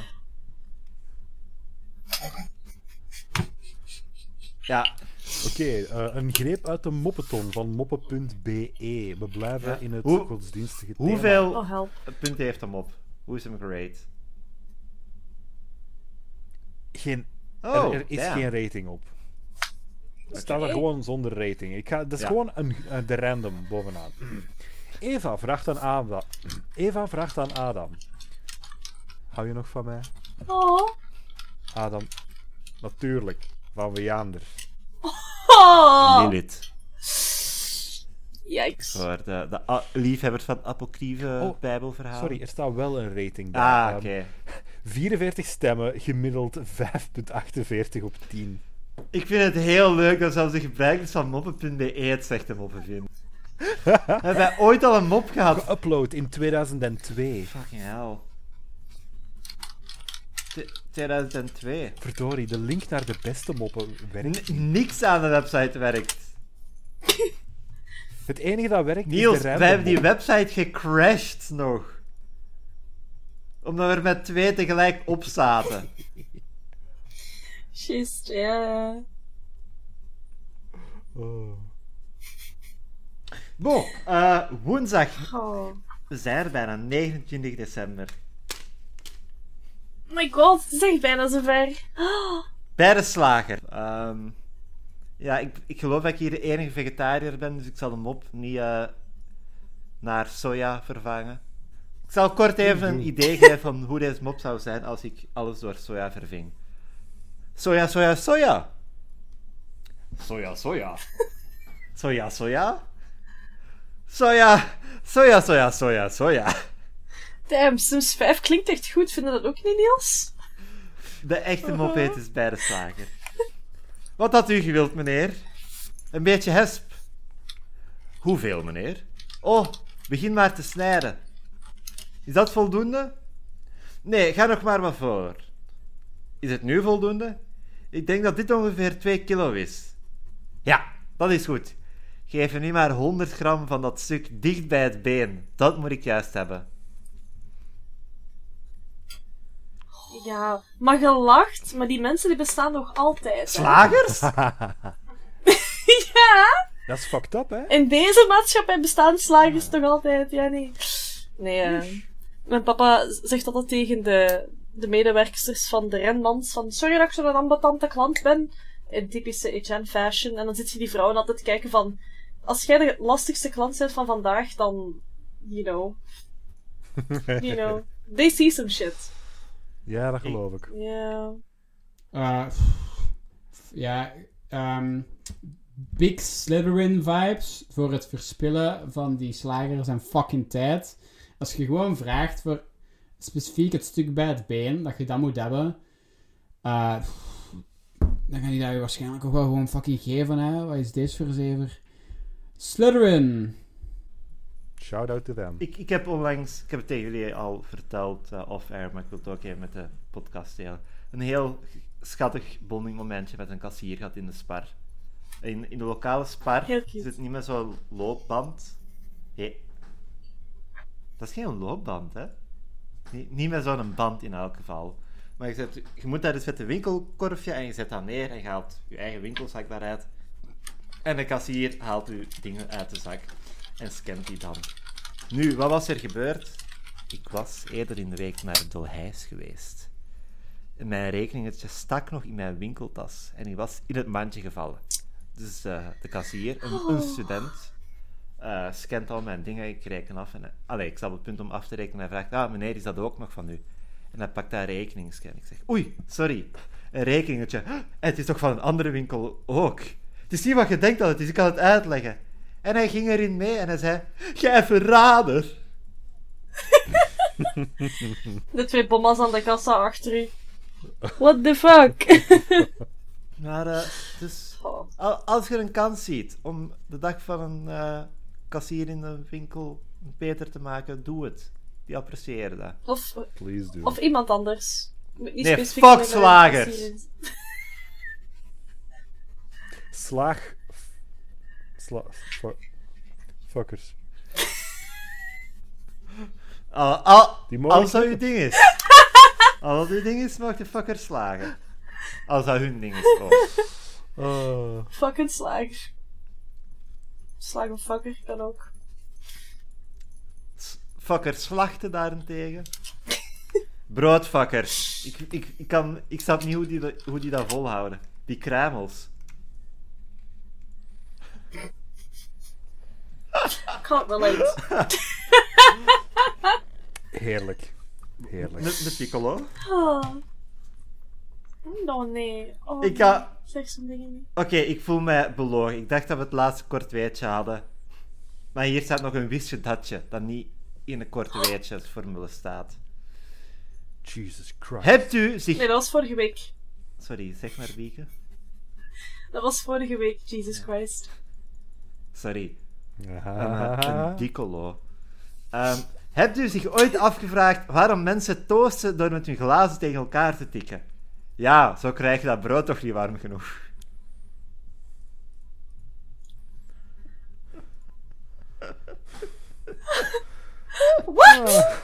Ja. Oké, een greep uit de moppeton van moppen.be. We blijven in het godsdienstige thema. Hoeveel Oh, help. punten heeft hem op? Hoe is hem gerate? Er is geen rating op. Het staat er gewoon zonder rating. Dat is gewoon de random bovenaan. Eva vraagt aan Adam. Hou je nog van mij? Oh. Adam. Natuurlijk. Van Weander. Oh. Lilith. Yikes. Voor de liefhebbers van apocryfe bijbelverhalen. Sorry, er staat wel een rating bij. Oké. 44 stemmen, gemiddeld 5,48 op 10. Ik vind het heel leuk dat zelfs de gebruikers van moppen.be het slechte moppen vinden. Hebben wij ooit al een mop gehad? Geüpload in 2002. Fucking hell. 2002. Verdorie, de link naar de beste moppen werkt. Niks aan de website werkt. Het enige dat werkt Niels, is de wij random hebben die mop. website gecrashed nog. Omdat we er met 2 tegelijk op zaten. Just, ja. Oh. Bon, woensdag. Oh. We zijn er bijna, 29 december. Oh my god, het is echt bijna zover. Oh. Bij de slager. Ja, ik geloof dat ik hier de enige vegetariër ben, dus ik zal de mop niet naar soja vervangen. Ik zal kort even een idee geven van hoe deze mop zou zijn als ik alles door soja verving. Soja, soja, soja. Soja, soja. Soja, soja. Soja, soja, soja, soja, soja. Damn, Sims 5 klinkt echt goed. Vind je dat ook niet, Niels? De echte mop heet is bij de slager. Wat had u gewild, meneer? Een beetje hesp. Hoeveel, meneer? Oh, begin maar te snijden. Is dat voldoende? Nee, ga nog maar wat voor. Is het nu voldoende? Ik denk dat dit ongeveer 2 kilo is. Ja, dat is goed. Geef er nu maar 100 gram van dat stuk dicht bij het been. Dat moet ik juist hebben. Ja, maar je lacht, maar die mensen die bestaan nog altijd. Hè? Slagers? Ja! Dat is fucked up, hè? In deze maatschappij bestaan slagers toch altijd? Ja, nee. Nee, mijn papa zegt altijd tegen de medewerksters van de renmans van sorry dat ik zo'n ambetante klant ben. In typische HN-fashion. En dan zit je die vrouwen altijd kijken van als jij de lastigste klant bent van vandaag, dan you know, they see some shit. Ja, dat geloof ik. Ja. Big Slytherin vibes voor het verspillen van die slagers en fucking tijd. Als je gewoon vraagt voor specifiek het stuk bij het been, dat je dat moet hebben, dan kan die dat je waarschijnlijk ook wel gewoon fucking geven, hè. Wat is deze voor zever? Slytherin! Shout out to them. Ik heb onlangs, ik heb het tegen jullie al verteld off-air, maar ik wil het ook even met de podcast delen. Een heel schattig bonding momentje met een kassier gehad in de Spar. In de lokale Spar Heel cute. zit niet met zo'n loopband. Hey. Dat is geen loopband, hè? Niet met zo'n band in elk geval. Maar je moet daar dus met een winkelkorfje en je zet dat neer en je haalt je eigen winkelzak daaruit. En de kassier haalt je dingen uit de zak en scant die dan. Nu, wat was er gebeurd? Ik was eerder in de week naar Delhaize geweest. En mijn rekeningetje stak nog in mijn winkeltas en die was in het mandje gevallen. Dus de kassier, een student, scant al mijn dingen, ik reken af. En, ik sta op het punt om af te rekenen en hij vraagt, meneer, is dat ook nog van u? En hij pakt daar rekeningsscan. Ik zeg, oei, sorry, een rekeningetje. Het is toch van een andere winkel ook? Het is niet wat je denkt dat het is, ik kan het uitleggen. En hij ging erin mee en hij zei, jij verrader. De 2 bommas aan de kassa achter u. What the fuck? Maar, dus, als je een kans ziet om de dag van een kassier in een winkel beter te maken, doe het. Die appreciëren dat. Please do. Of iemand anders. Niet Nee, specifiek fuck bij de slagers. kassier. Fuckers. Die mogen Als dat uw ding is. Als dat uw ding is, mag de fucker slagen. Als dat hun ding is, Fucking slager. Slagen fucker kan ook. Fucker slachten daarentegen. Broodfuckers. Ik snap niet hoe die dat volhouden. Die kruimels. Can't relate. Heerlijk. De piccolo. Oh. Oh nee. Oh, Ik ga... zeg zo'n dingen niet. Oké, ik voel mij belogen. Ik dacht dat we het laatste kort weetje hadden. Maar hier staat nog een wist je datje, dat niet in een kort weetjesformule staat. Jesus Christ. Hebt u zich... Nee, dat was vorige week. Sorry, zeg maar, Wieke. Dat was vorige week, Jesus Christ. Sorry. Ah. Een dicolo. Hebt u zich ooit afgevraagd waarom mensen toosten door met hun glazen tegen elkaar te tikken? Ja, zo krijg je dat brood toch niet warm genoeg. What?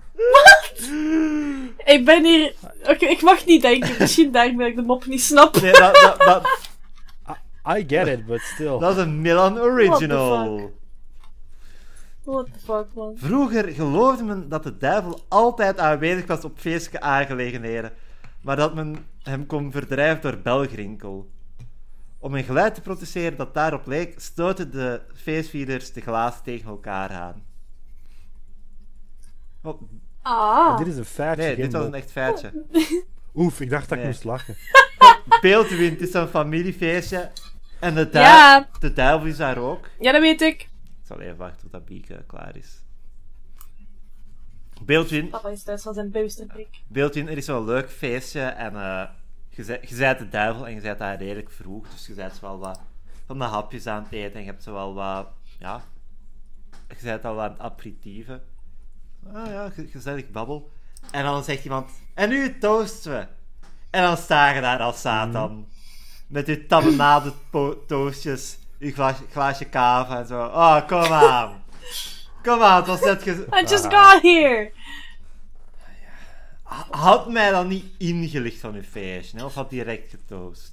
Ik ben hier... Oké, ik mag niet denken. Misschien daarom dat ik de mop niet snap. Nee, dat I get it, but still. is een Milan Original. What the fuck, man. Vroeger geloofde men dat de duivel altijd aanwezig was op feestelijke aangelegenheden, maar dat men hem kon verdrijven door belgrinkel. Om een geluid te protesteren dat daarop leek, stoten de feestvierders de glazen tegen elkaar aan. Oh, Dit is een feitje. nee, geen dit was mop. een echt feitje. Oef, ik dacht dat ik Nee. moest lachen. Beeldwin, het is een familiefeestje. En de duivel is daar ook. Ja, dat weet ik. Ik zal even wachten tot dat Bieke klaar is. Beeldwin, Papa is thuis van zijn buisterprik. er is zo'n leuk feestje en je zijt de duivel en je zijt daar redelijk vroeg, dus je zijt wel wat van de hapjes aan het eten en je hebt zo wel wat, ja, je zijt al aan het aperitieven. Ah ja, gezellig babbel. En dan zegt iemand, en nu toosten we. En dan sta je daar als Satan. Met je tannenade toastjes, je glaasje kava en zo. Oh, kom aan. Kom aan, het was net I just got here! Had mij dan niet ingelicht van uw feestje, hè? Of had direct getoost?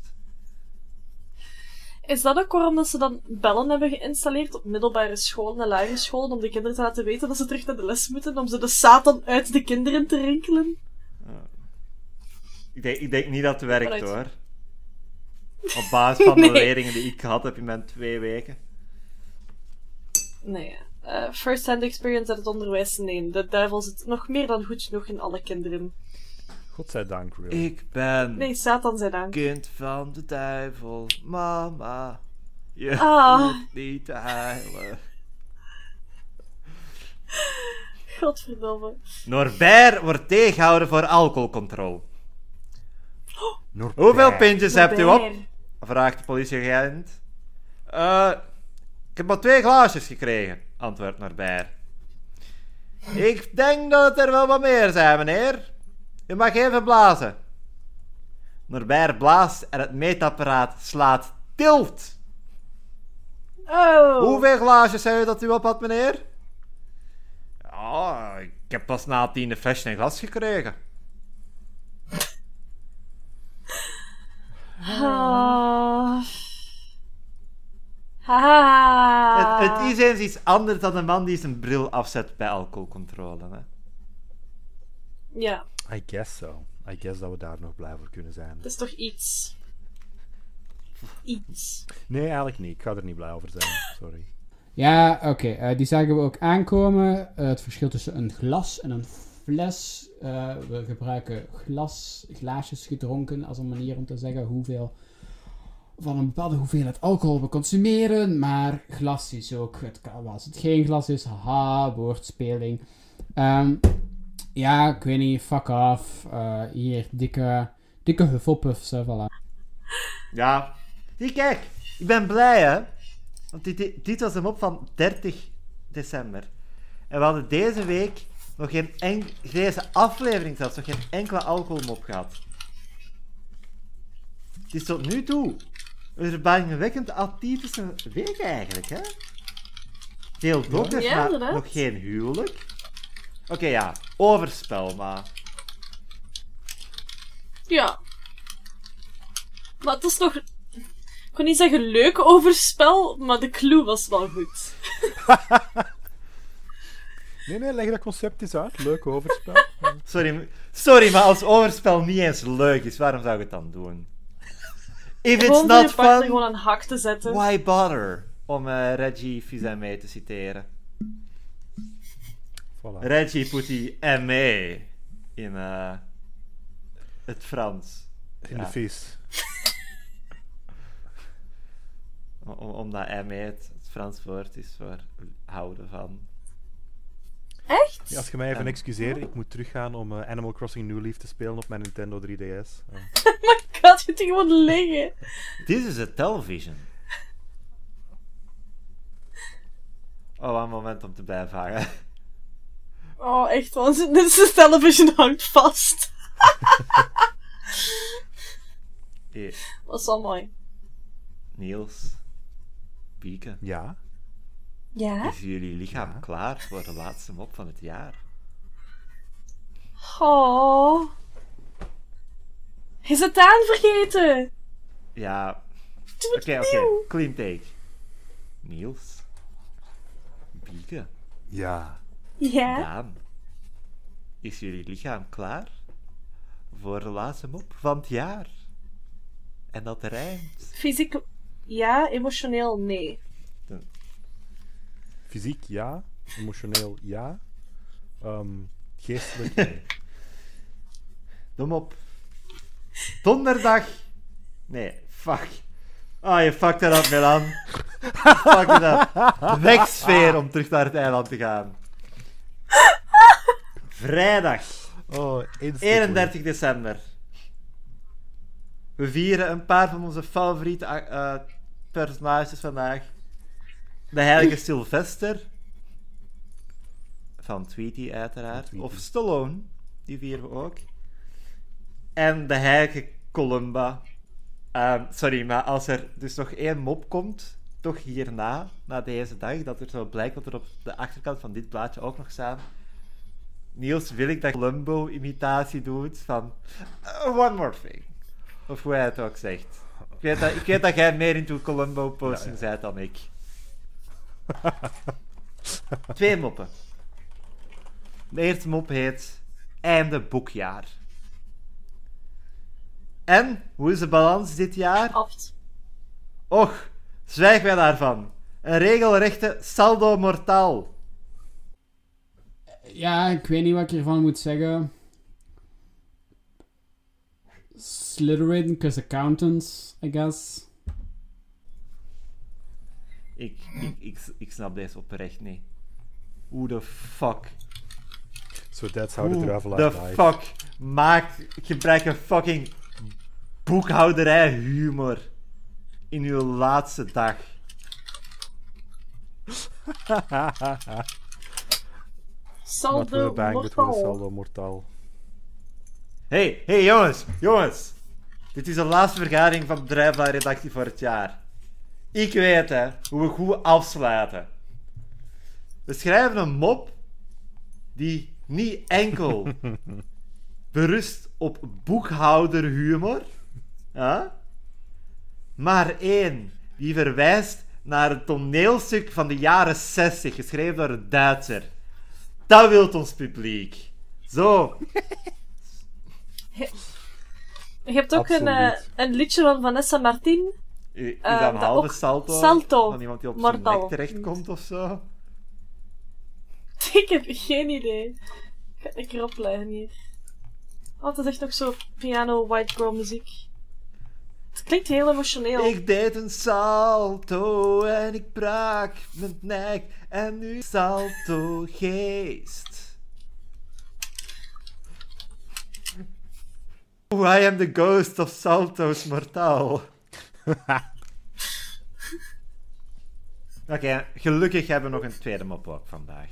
Is dat ook waarom dat ze dan bellen hebben geïnstalleerd op middelbare scholen en lagere scholen om de kinderen te laten weten dat ze terug naar de les moeten, om ze de Satan uit de kinderen te rinkelen? Ik denk niet dat het werkt, Vooruit. hoor. Op basis van de Nee. leerlingen die ik gehad heb in mijn 2 weken. Nee, first-hand experience uit het onderwijs, nee. De duivel zit nog meer dan goed genoeg in alle kinderen. Godzijdank, really. Ik ben Nee, Satan zij dank. kind van de duivel. Mama, je hoeft niet te huilen. Godverdomme. Norbert wordt tegengehouden voor alcoholcontrole. Norbert. Hoeveel pintjes hebt u op? Norbert. Vraagt de politieagent. Ik heb maar 2 glaasjes gekregen, antwoordt Norbert. Ik denk dat het er wel wat meer zijn, meneer. U mag even blazen. Norbert blaast en het meetapparaat slaat tilt. Oh. Hoeveel glaasjes zei u dat u op had, meneer? Ja, ik heb pas na 10 een flesje en glas gekregen. Het is eens iets anders dan een man die zijn bril afzet bij alcoholcontrole. Hè? Ja. I guess so. I guess dat we daar nog blij voor kunnen zijn. Dat is toch iets. Iets. Nee, eigenlijk niet. Ik ga er niet blij over zijn. Sorry. Ja, oké. Die zagen we ook aankomen. Het verschil tussen een glas en een fles. We gebruiken glaasjes gedronken als een manier om te zeggen hoeveel van een bepaalde hoeveelheid alcohol we consumeren. Maar glas is ook, als het geen glas is, haha, woordspeling. Ja, ik weet niet, fuck off. Hier, dikke Hufflepuffs, voilà. Ja. Zie, kijk. Ik ben blij, hè. Want dit was een mop van 30 december. En we hadden deze week nog deze aflevering zelfs nog geen enkele alcoholmop gehad. Het is tot nu toe een verbazingwekkend atypische week eigenlijk, hè. Veel dokters, Ja, maar inderdaad. nog geen huwelijk. Oké, ja. Overspel, maar... Ja. Maar het is nog... Ik kon niet zeggen leuk overspel, maar de clue was wel goed. Nee, leg dat concept eens uit. Leuk overspel. Sorry, maar als overspel niet eens leuk is, waarom zou ik het dan doen? If it's Gewoon not je partner fun, gewoon een hak te zetten. why bother? Om Reggie Fils-Aimé te citeren. Voilà. Reggie put die aimé in het Frans. In de vis. Omdat aimé het Frans woord is voor houden van. Echt? Ja, als je mij even excuseert, ik moet teruggaan om Animal Crossing New Leaf te spelen op mijn Nintendo 3DS. Ik had het gewoon liggen. This is a television. Oh, een moment om te bijvangen. Oh, echt, want de television hangt vast. Hey, Dat is wel mooi. Niels. Pieke. Ja? Ja? Is jullie lichaam klaar voor de laatste mop van het jaar? Oh. Is het aan vergeten? Ja. Doe Oké. het opnieuw. Clean take. Niels. Bieke. Ja. Ja? Daan. Is jullie lichaam klaar voor de laatste mop van het jaar? En dat rijmt. Fysiek ja, emotioneel nee. Fysiek ja. Emotioneel ja. Geestelijk nee. De mop. Donderdag. Nee, fuck. Ah, je fucked dat up, Milan. Fuck it up. Wegsfeer om terug naar het eiland te gaan. Vrijdag. Oh, 31 december. We vieren een paar van onze favoriete personages vandaag. De heilige Sylvester. Van Tweety, uiteraard. Tweety. Of Stallone. Die vieren we ook. En de heilige Columba. Sorry, maar als er dus nog één mop komt, toch hierna, na deze dag, dat er zo blijkt dat er op de achterkant van dit plaatje ook nog staan. Niels, wil ik dat Columbo-imitatie doet van one more thing. Of hoe hij het ook zegt. Ik weet dat jij meer into Columbo-posting bent dan ik. 2 moppen. De eerste mop heet Einde boekjaar. En, hoe is de balans dit jaar? Aft. Och, zwijg wij daarvan. Een regelrechte saldo mortaal. Ja, ik weet niet wat ik hiervan moet zeggen. Slytherin, because accountants, I guess. Ik snap deze oprecht niet. Hoe de fuck? So that's how the Hoe druivelaar de died. fuck gebruik een fucking boekhouderij humor in uw laatste dag? Not with a Saldo bang, but with a mortal. saldo mortaal. Hey, jongens. Dit is de laatste vergadering van de Druivelaar-redactie voor het jaar. Ik weet, hè, hoe we goed afsluiten. We schrijven een mop die niet enkel berust op boekhouderhumor, ja, maar één die verwijst naar een toneelstuk van de jaren 60, geschreven door een Duitser. Dat wil ons publiek. Zo. Je hebt ook een liedje van Vanessa Martin. Is dat een halve salto? Salto. Van iemand die op Mortal. zijn nek terechtkomt of zo? Ik heb geen idee. Ik ga het lekker opleggen hier. Oh, het is echt nog zo piano white girl muziek. Het klinkt heel emotioneel. Ik deed een salto en ik brak mijn nek en nu salto geest. Oh, I am the ghost of Salto's Mortal. Oké, gelukkig hebben we nog een tweede mop ook vandaag.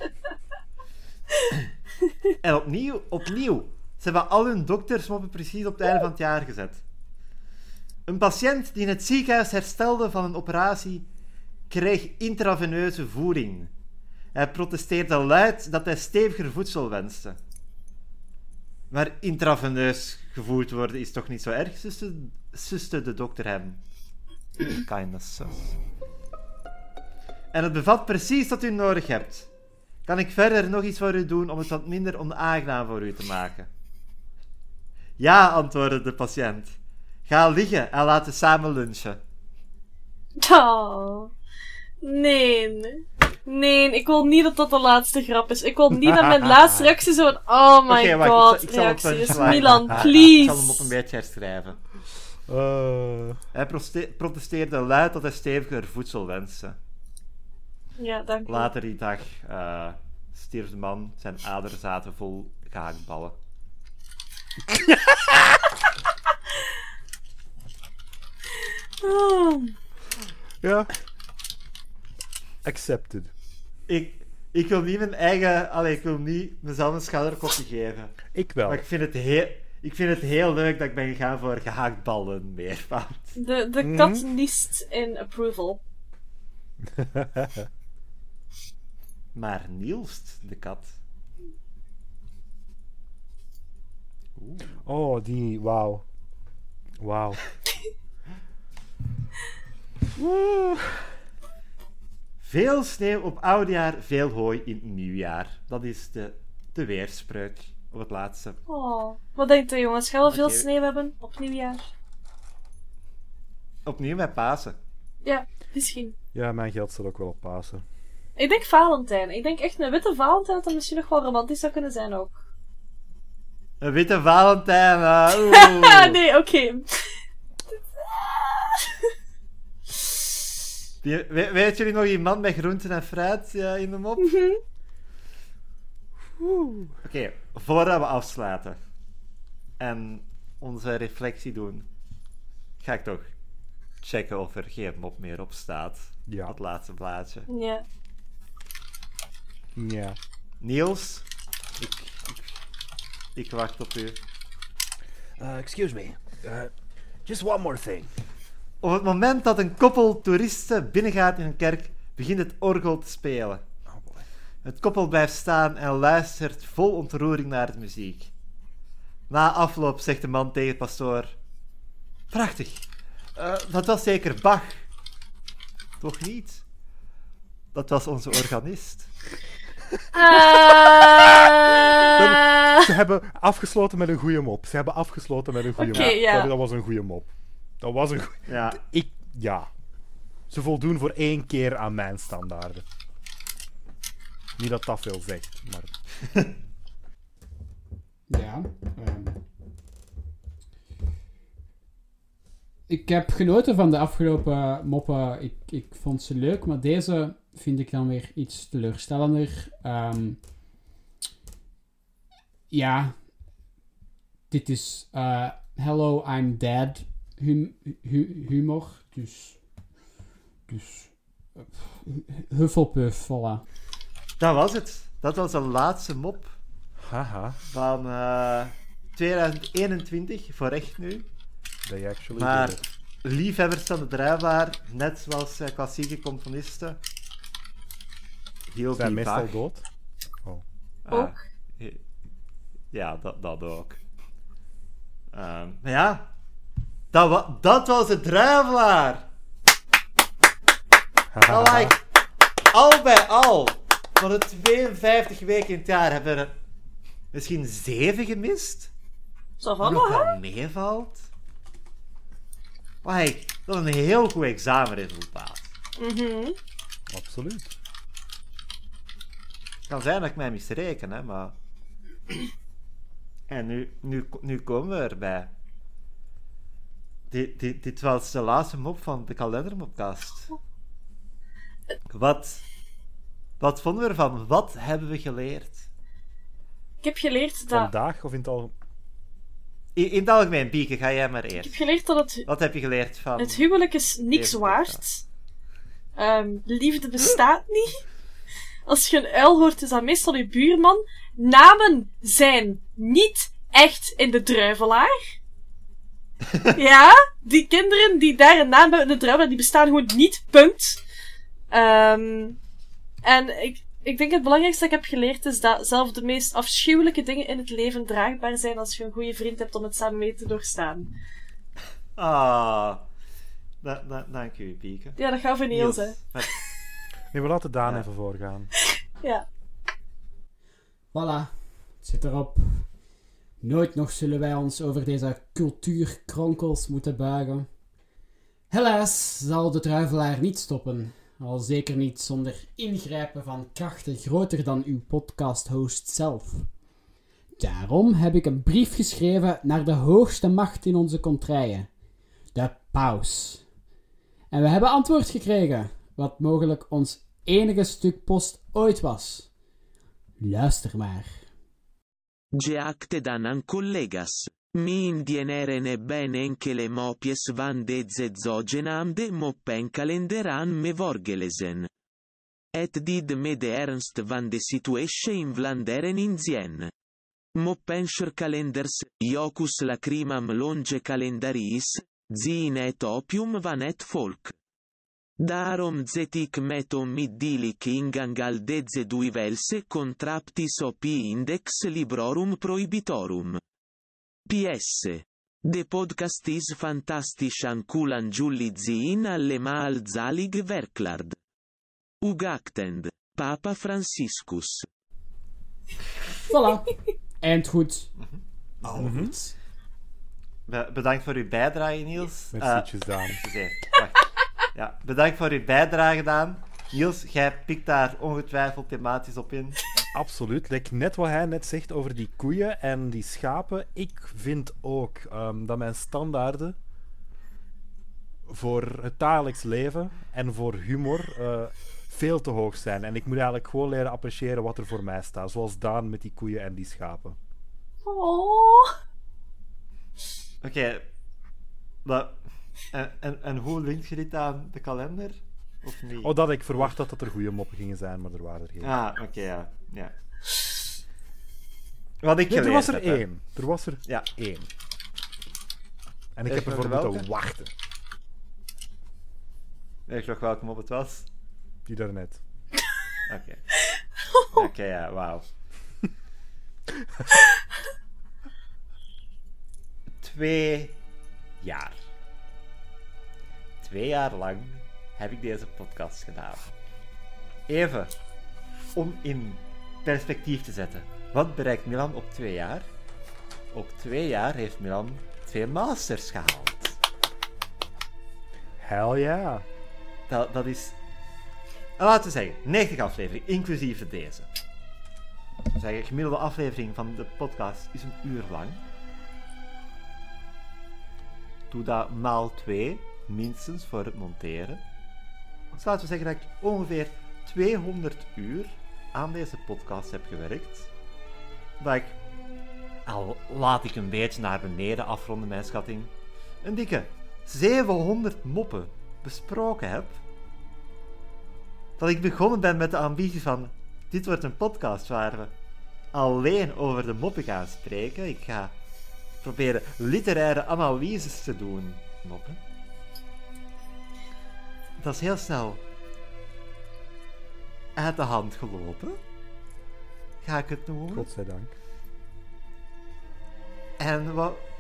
En opnieuw. Ze hebben al hun doktersmoppen precies op het einde van het jaar gezet. Een patiënt die in het ziekenhuis herstelde van een operatie, kreeg intraveneuze voeding. Hij protesteerde luid dat hij steviger voedsel wenste. Maar intraveneus gevoerd worden is toch niet zo erg, suste de dokter hem. Kinda sus. En het bevat precies wat u nodig hebt. Kan ik verder nog iets voor u doen om het wat minder onaangenaam voor u te maken? Ja, antwoordde de patiënt. Ga liggen en laten we samen lunchen. Oh, nee. Nee, ik wil niet dat dat de laatste grap is. Ik wil niet dat mijn laatste reactie zo van... Oh my god, ik zal reactie is punchline. Milan, Ik please. zal hem op een beetje herschrijven. Hij protesteerde luid dat hij steviger voedsel wenste. Ja, dank u. Later die dag stierf de man. Zijn aderen zaten vol gehaktballen. Oh. Ja. Accepted. Ik wil niet mijn eigen... Allee, ik wil niet mezelf een schouderklopje geven. Ik wel. Maar ik vind het heel leuk dat ik ben gegaan voor gehaktballen meervoud. De kat niest in approval. Maar Niels, de kat. Oh, die... Wauw. Wauw. Veel sneeuw op oudjaar, veel hooi in nieuwjaar. Dat is de weerspreuk op het laatste. Oh. Wat denkt u, jongens? Gaan we veel Oké. sneeuw hebben op nieuwjaar? Opnieuw met Pasen. Ja, misschien. Ja, mijn geld staat ook wel op Pasen. Ik denk Valentijn. Ik denk echt een witte Valentijn dat dat misschien nog wel romantisch zou kunnen zijn ook. Een witte Valentijn. Oeh. Nee, oké. Weet jullie nog die man met groenten en fruit in de mop? Oké, voordat we afsluiten en onze reflectie doen, ga ik toch checken of er geen mop meer op staat. Ja. Het laatste blaadje. Ja. Ja. Niels, ik wacht op u. Excuse me. Just one more thing. Op het moment dat een koppel toeristen binnengaat in een kerk, begint het orgel te spelen. Oh boy. Het koppel blijft staan en luistert vol ontroering naar de muziek. Na afloop zegt de man tegen de pastoor: prachtig, dat was zeker Bach. Toch niet? Dat was onze organist. Ze hebben afgesloten met een goede mop. Oké, ja. Dat was een goede mop. Dat was een goeie... Ja. Ja. Ze voldoen voor 1 keer aan mijn standaarden. Niet dat dat veel zegt, maar... Ja. Ik heb genoten van de afgelopen moppen. Ik vond ze leuk, maar deze vind ik dan weer iets teleurstellender. Ja. Dit is Hello, I'm Dead humor. Dus Hufflepuff, voilà. Dat was het. Dat was de laatste mop Haha. van 2021, voor echt nu. They actually Maar did it. liefhebbers van de druivaar, net zoals klassieke componisten, heel Zijn die meestal Bach. dood. Oh. Ook. Ja, dat ook. Maar ja, dat was de druivelaar. Dat lijkt al bij al. Van de 52 weken in het jaar hebben we er misschien 7 gemist. Zo Wat van nog nog, hè? wel meevalt. Like, dat is een heel goed examenresultaat. Absoluut. Het kan zijn dat ik mij misreken, hè, maar... En nu komen we erbij. Dit was de laatste mop van de kalendermopcast. Wat vonden we ervan? Wat hebben we geleerd? Ik heb geleerd dat... Vandaag of in het algemeen? In het algemeen, Bieke, ga jij maar Ik eerst. heb geleerd dat Wat heb je geleerd van... het huwelijk is niks Deze waard. Liefde bestaat niet. Als je een uil hoort, is dat meestal je buurman. Namen zijn niet echt in de druivelaar. Ja, die kinderen die daar een naam hebben in de druivelaar, die bestaan gewoon niet, punt. En ik denk het belangrijkste dat ik heb geleerd is dat zelfs de meest afschuwelijke dingen in het leven draagbaar zijn als je een goede vriend hebt om het samen mee te doorstaan. Dank u, Bieke. Ja, dat gaat voor Niels, hè. Nee, we laten Daan Ja. even voorgaan. Ja. Voilà, het zit erop. Nooit nog zullen wij ons over deze cultuurkronkels moeten buigen. Helaas zal de druivelaar niet stoppen. Al zeker niet zonder ingrijpen van krachten groter dan uw podcast-host zelf. Daarom heb ik een brief geschreven naar de hoogste macht in onze contraien. De paus. En we hebben antwoord gekregen, wat mogelijk ons enige stuk post ooit was. Luister maar. Geacte danan collegas. Mi indienere bene enke le mopies van de zezogenam de moppen kalenderan me vorgelesen. Et did me de ernst van de situation in Vlaanderen inzien. Moppenscher kalenders, iocus lacrimam longe calendaris, zien et opium van et volk. Daarom zet ik met onmiddellijk ingang al deze duivelse contraptis opi index librorum prohibitorum. PS. De podcast is fantastisch anculan jullie zien allemaal zalig werklard. Ugachtend, Papa Franciscus. Voilà. Eindgoed. Goed. Bedankt voor uw bijdrage, Niels. Mercietjes, Daan. Wacht. Ja, bedankt voor uw bijdrage, Daan. Niels, jij pikt daar ongetwijfeld thematisch op in. Absoluut. Like net wat hij net zegt over die koeien en die schapen. Ik vind ook dat mijn standaarden voor het dagelijks leven en voor humor veel te hoog zijn. En ik moet eigenlijk gewoon leren appreciëren wat er voor mij staat. Zoals Daan met die koeien en die schapen. Oh. Oké. En hoe linkt je dit aan de kalender? Of niet? Oh, dat ik verwacht had dat er goede moppen gingen zijn, maar er waren er geen. Oké, ja. Wat ik Nee, er was er geleerd heb, hè. één. Er was er Ja. één. En ik Weet heb je ervoor nog moeten welke? wachten. Weet je nog welke mop het was? Die daarnet. Oké, ja, wauw. 2 jaar. 2 jaar lang heb ik deze podcast gedaan. Even om in perspectief te zetten. Wat bereikt Milan op 2 jaar? Op 2 jaar heeft Milan 2 masters gehaald. Hell ja. Dat is... Laten we zeggen, 90 afleveringen, inclusief deze. Dus de gemiddelde aflevering van de podcast is 1 uur lang. Doe dat maal 2, minstens, voor het monteren. Dus laten we zeggen dat ik ongeveer 200 uur aan deze podcast heb gewerkt. Dat ik, al laat ik een beetje naar beneden afronden mijn schatting, een dikke 700 moppen besproken heb. Dat ik begonnen ben met de ambitie van, dit wordt een podcast waar we alleen over de moppen gaan spreken. Ik ga proberen literaire analyses te doen. Moppen. dat is heel snel uit de hand gelopen. Ga ik het noemen. Godzijdank. En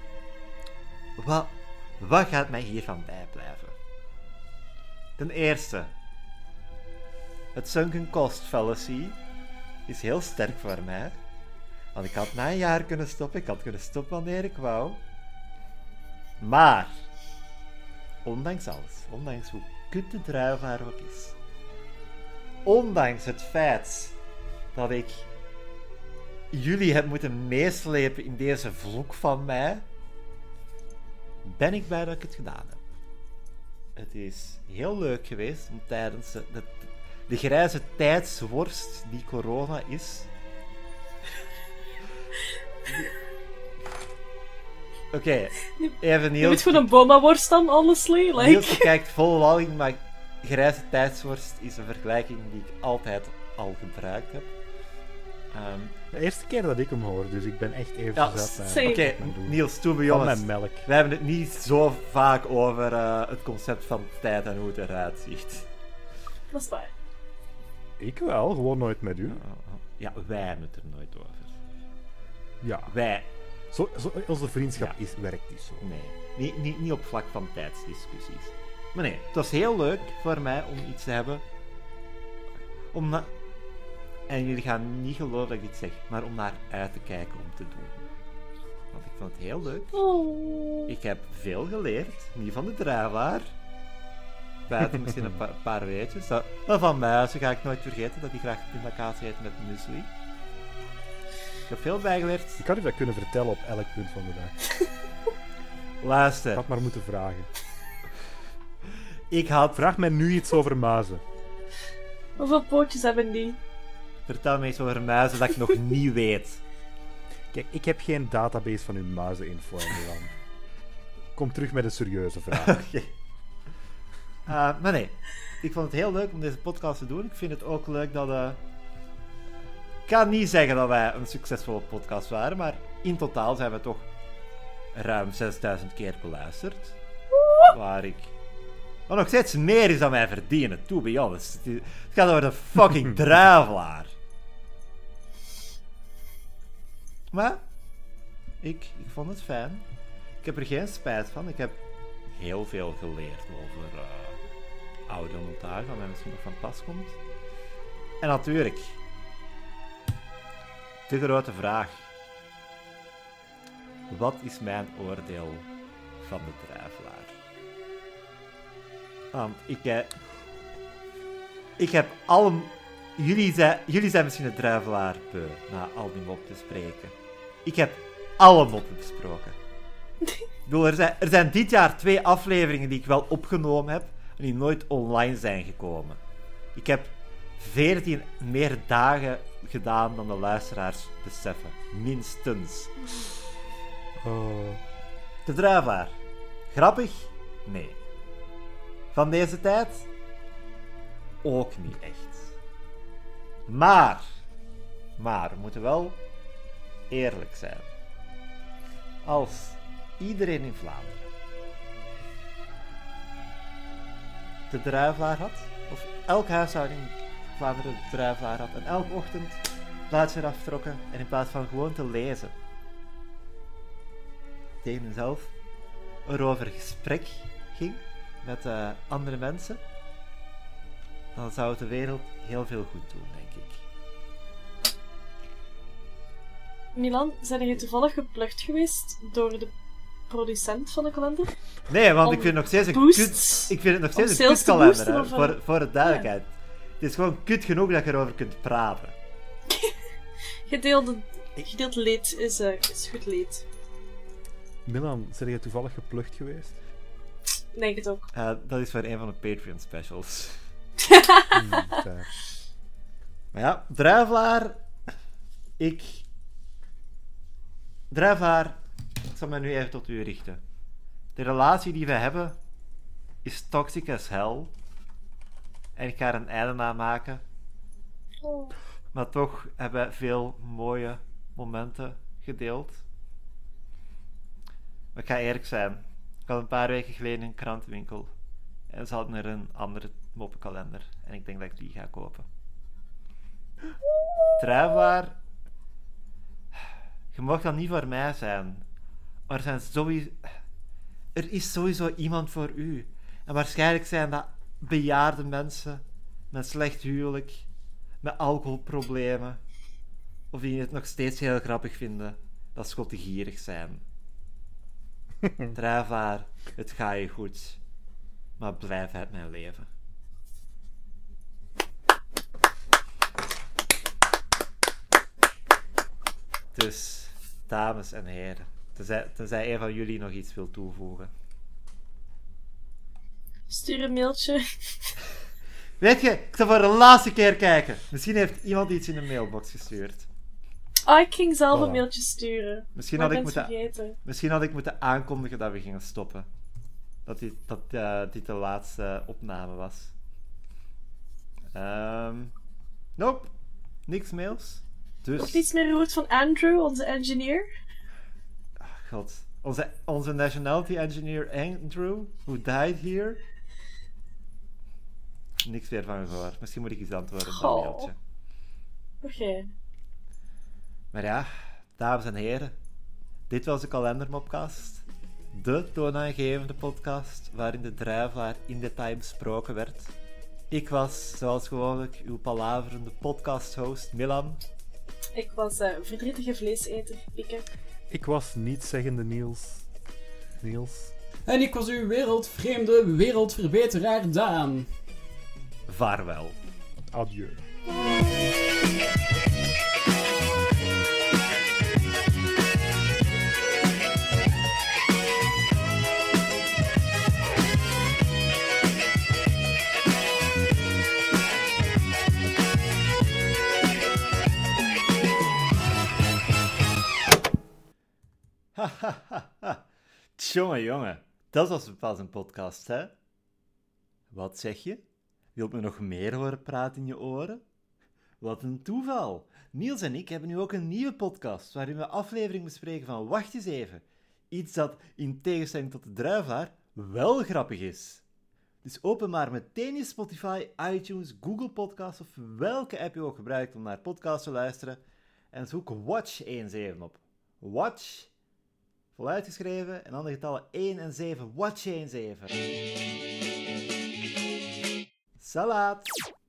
wat gaat mij hiervan bijblijven? Ten eerste, het sunken cost fallacy is heel sterk voor mij. Want ik had na een jaar kunnen stoppen, ik had kunnen stoppen wanneer ik wou. Maar, ondanks alles, ondanks hoe kut de druivaar ook is, ondanks het feit dat ik jullie heb moeten meeslepen in deze vloek van mij, ben ik blij dat ik het gedaan heb. Het is heel leuk geweest om tijdens de grijze tijdsworst die corona is. Oké, even Niels. Je moet voor een boma-worst dan, honestly. Niels kijkt vol walging, maar grijze tijdsworst is een vergelijking die ik altijd al gebruikt heb. De eerste keer dat ik hem hoor, dus ik ben echt even zat. Oké, Niels, toe bij jongens. Van mijn melk. We hebben het niet zo vaak over het concept van tijd en hoe het eruit ziet. Dat is waar. Ik wel, gewoon nooit met u. Ja, wij hebben het er nooit over. Ja. Wij. Onze vriendschap werkt niet zo. Nee, niet op vlak van tijdsdiscussies. Maar nee, het was heel leuk voor mij om iets te hebben. En jullie gaan niet geloven dat ik dit zeg, maar om naar uit te kijken om te doen. Want ik vond het heel leuk. Oh. Ik heb veel geleerd, niet van de druivaar. Buiten misschien een paar weetjes. Dat van muizen ga ik nooit vergeten, dat die graag pindakaas eten met muesli. Ik heb veel bijgeleerd. Ik had u dat kunnen vertellen op elk punt van de dag. Luister. Ik had maar moeten vragen. Vraag mij nu iets over muizen. Hoeveel pootjes hebben die? Vertel me iets over muizen dat ik nog niet weet. Kijk, ik heb geen database van uw muizeninfo in de land. Kom terug met een serieuze vraag. Oké. Maar nee, ik vond het heel leuk om deze podcast te doen. Ik vind het ook leuk dat... Ik kan niet zeggen dat wij een succesvolle podcast waren, maar in totaal zijn we toch ruim 6000 keer beluisterd. Waar nog steeds meer is dan wij verdienen, to be honest. Het gaat over de fucking druivelaar. Maar, ik vond het fijn. Ik heb er geen spijt van. Ik heb heel veel geleerd over audiomontage, wat mij misschien nog van pas komt. En natuurlijk, de grote vraag. Wat is mijn oordeel van de druivelaar? Want ik heb alle... Jullie zijn misschien de druivelaar beu, na al die moppen te spreken. Ik heb alle moppen besproken. Ik bedoel, er zijn dit jaar 2 afleveringen die ik wel opgenomen heb, en die nooit online zijn gekomen. Ik heb 14 meer dagen gedaan dan de luisteraars beseffen. Minstens. De druivelaar. Grappig? Nee. Van deze tijd? Ook niet echt. Maar we moeten wel eerlijk zijn. Als iedereen in Vlaanderen de druivelaar had, of elk huishouden in Vlaanderen de druivelaar had, en elke ochtend plaats weer aftrokken, en in plaats van gewoon te lezen, tegen hunzelf erover gesprek ging met andere mensen, dan zou het de wereld heel veel goed doen, denk ik. Milan, zijn je toevallig geplukt geweest door de producent van de kalender? Nee, want ik vind het nog steeds een kutkalender, voor de duidelijkheid. Ja. Het is gewoon kut genoeg dat je erover kunt praten. Gedeeld leed is goed leed. Milan, zijn je toevallig geplukt geweest? Denk het ook. Dat is voor een van de Patreon specials. Maar ja, druivelaar. Druivelaar, ik zal me nu even tot u richten. De relatie die we hebben is toxic as hell. En ik ga er een einde aan maken. Oh. Maar toch hebben we veel mooie momenten gedeeld. Maar ik ga eerlijk zijn. Ik had een paar weken geleden in een krantenwinkel En ze hadden er een andere moppenkalender. En ik denk dat ik die ga kopen. Druivelaar, je mag dat niet voor mij zijn. Maar er is sowieso iemand voor u. En waarschijnlijk zijn dat bejaarde mensen met slecht huwelijk, met alcoholproblemen, of die het nog steeds heel grappig vinden dat schotten gierig zijn. Druivelaar, het gaat je goed, maar blijf uit mijn leven. Dus, dames en heren, tenzij een van jullie nog iets wil toevoegen. Stuur een mailtje. Weet je, ik zal voor de laatste keer kijken. Misschien heeft iemand iets in de mailbox gestuurd. Oh, ik ging zelf een mailtje sturen. Misschien had ik moeten aankondigen dat we gingen stoppen. Dat dit de laatste opname was. Nope. Niks mails. Dus... Nog niets meer gehoord van Andrew, onze engineer? God. Onze nationality engineer Andrew, who died here. Niks meer van gehoord. Misschien moet ik eens antwoorden op dat mailtje. Oké. Maar ja, dames en heren. Dit was de Kalendermopcast. De toonaangevende podcast waarin de druivelaar in detail besproken werd. Ik was, zoals gewoonlijk, uw palaverende podcast-host Milan. Ik was verdrietige vleeseter, Pieke. Ik was nietszeggende Niels. En ik was uw wereldvreemde wereldverbeteraar Daan. Vaarwel. Adieu. Jongen, dat was pas een podcast, hè? Wat zeg je? Wilt me nog meer horen praten in je oren? Wat een toeval! Niels en ik hebben nu ook een nieuwe podcast, waarin we aflevering bespreken van Wacht eens even. Iets dat, in tegenstelling tot de druivelaar, wel grappig is. Dus open maar meteen je Spotify, iTunes, Google Podcasts of welke app je ook gebruikt om naar podcasts te luisteren en zoek Watch 17 op. Watch, voluit geschreven, en dan de getallen 1 en 7. Watch 17. Salaat!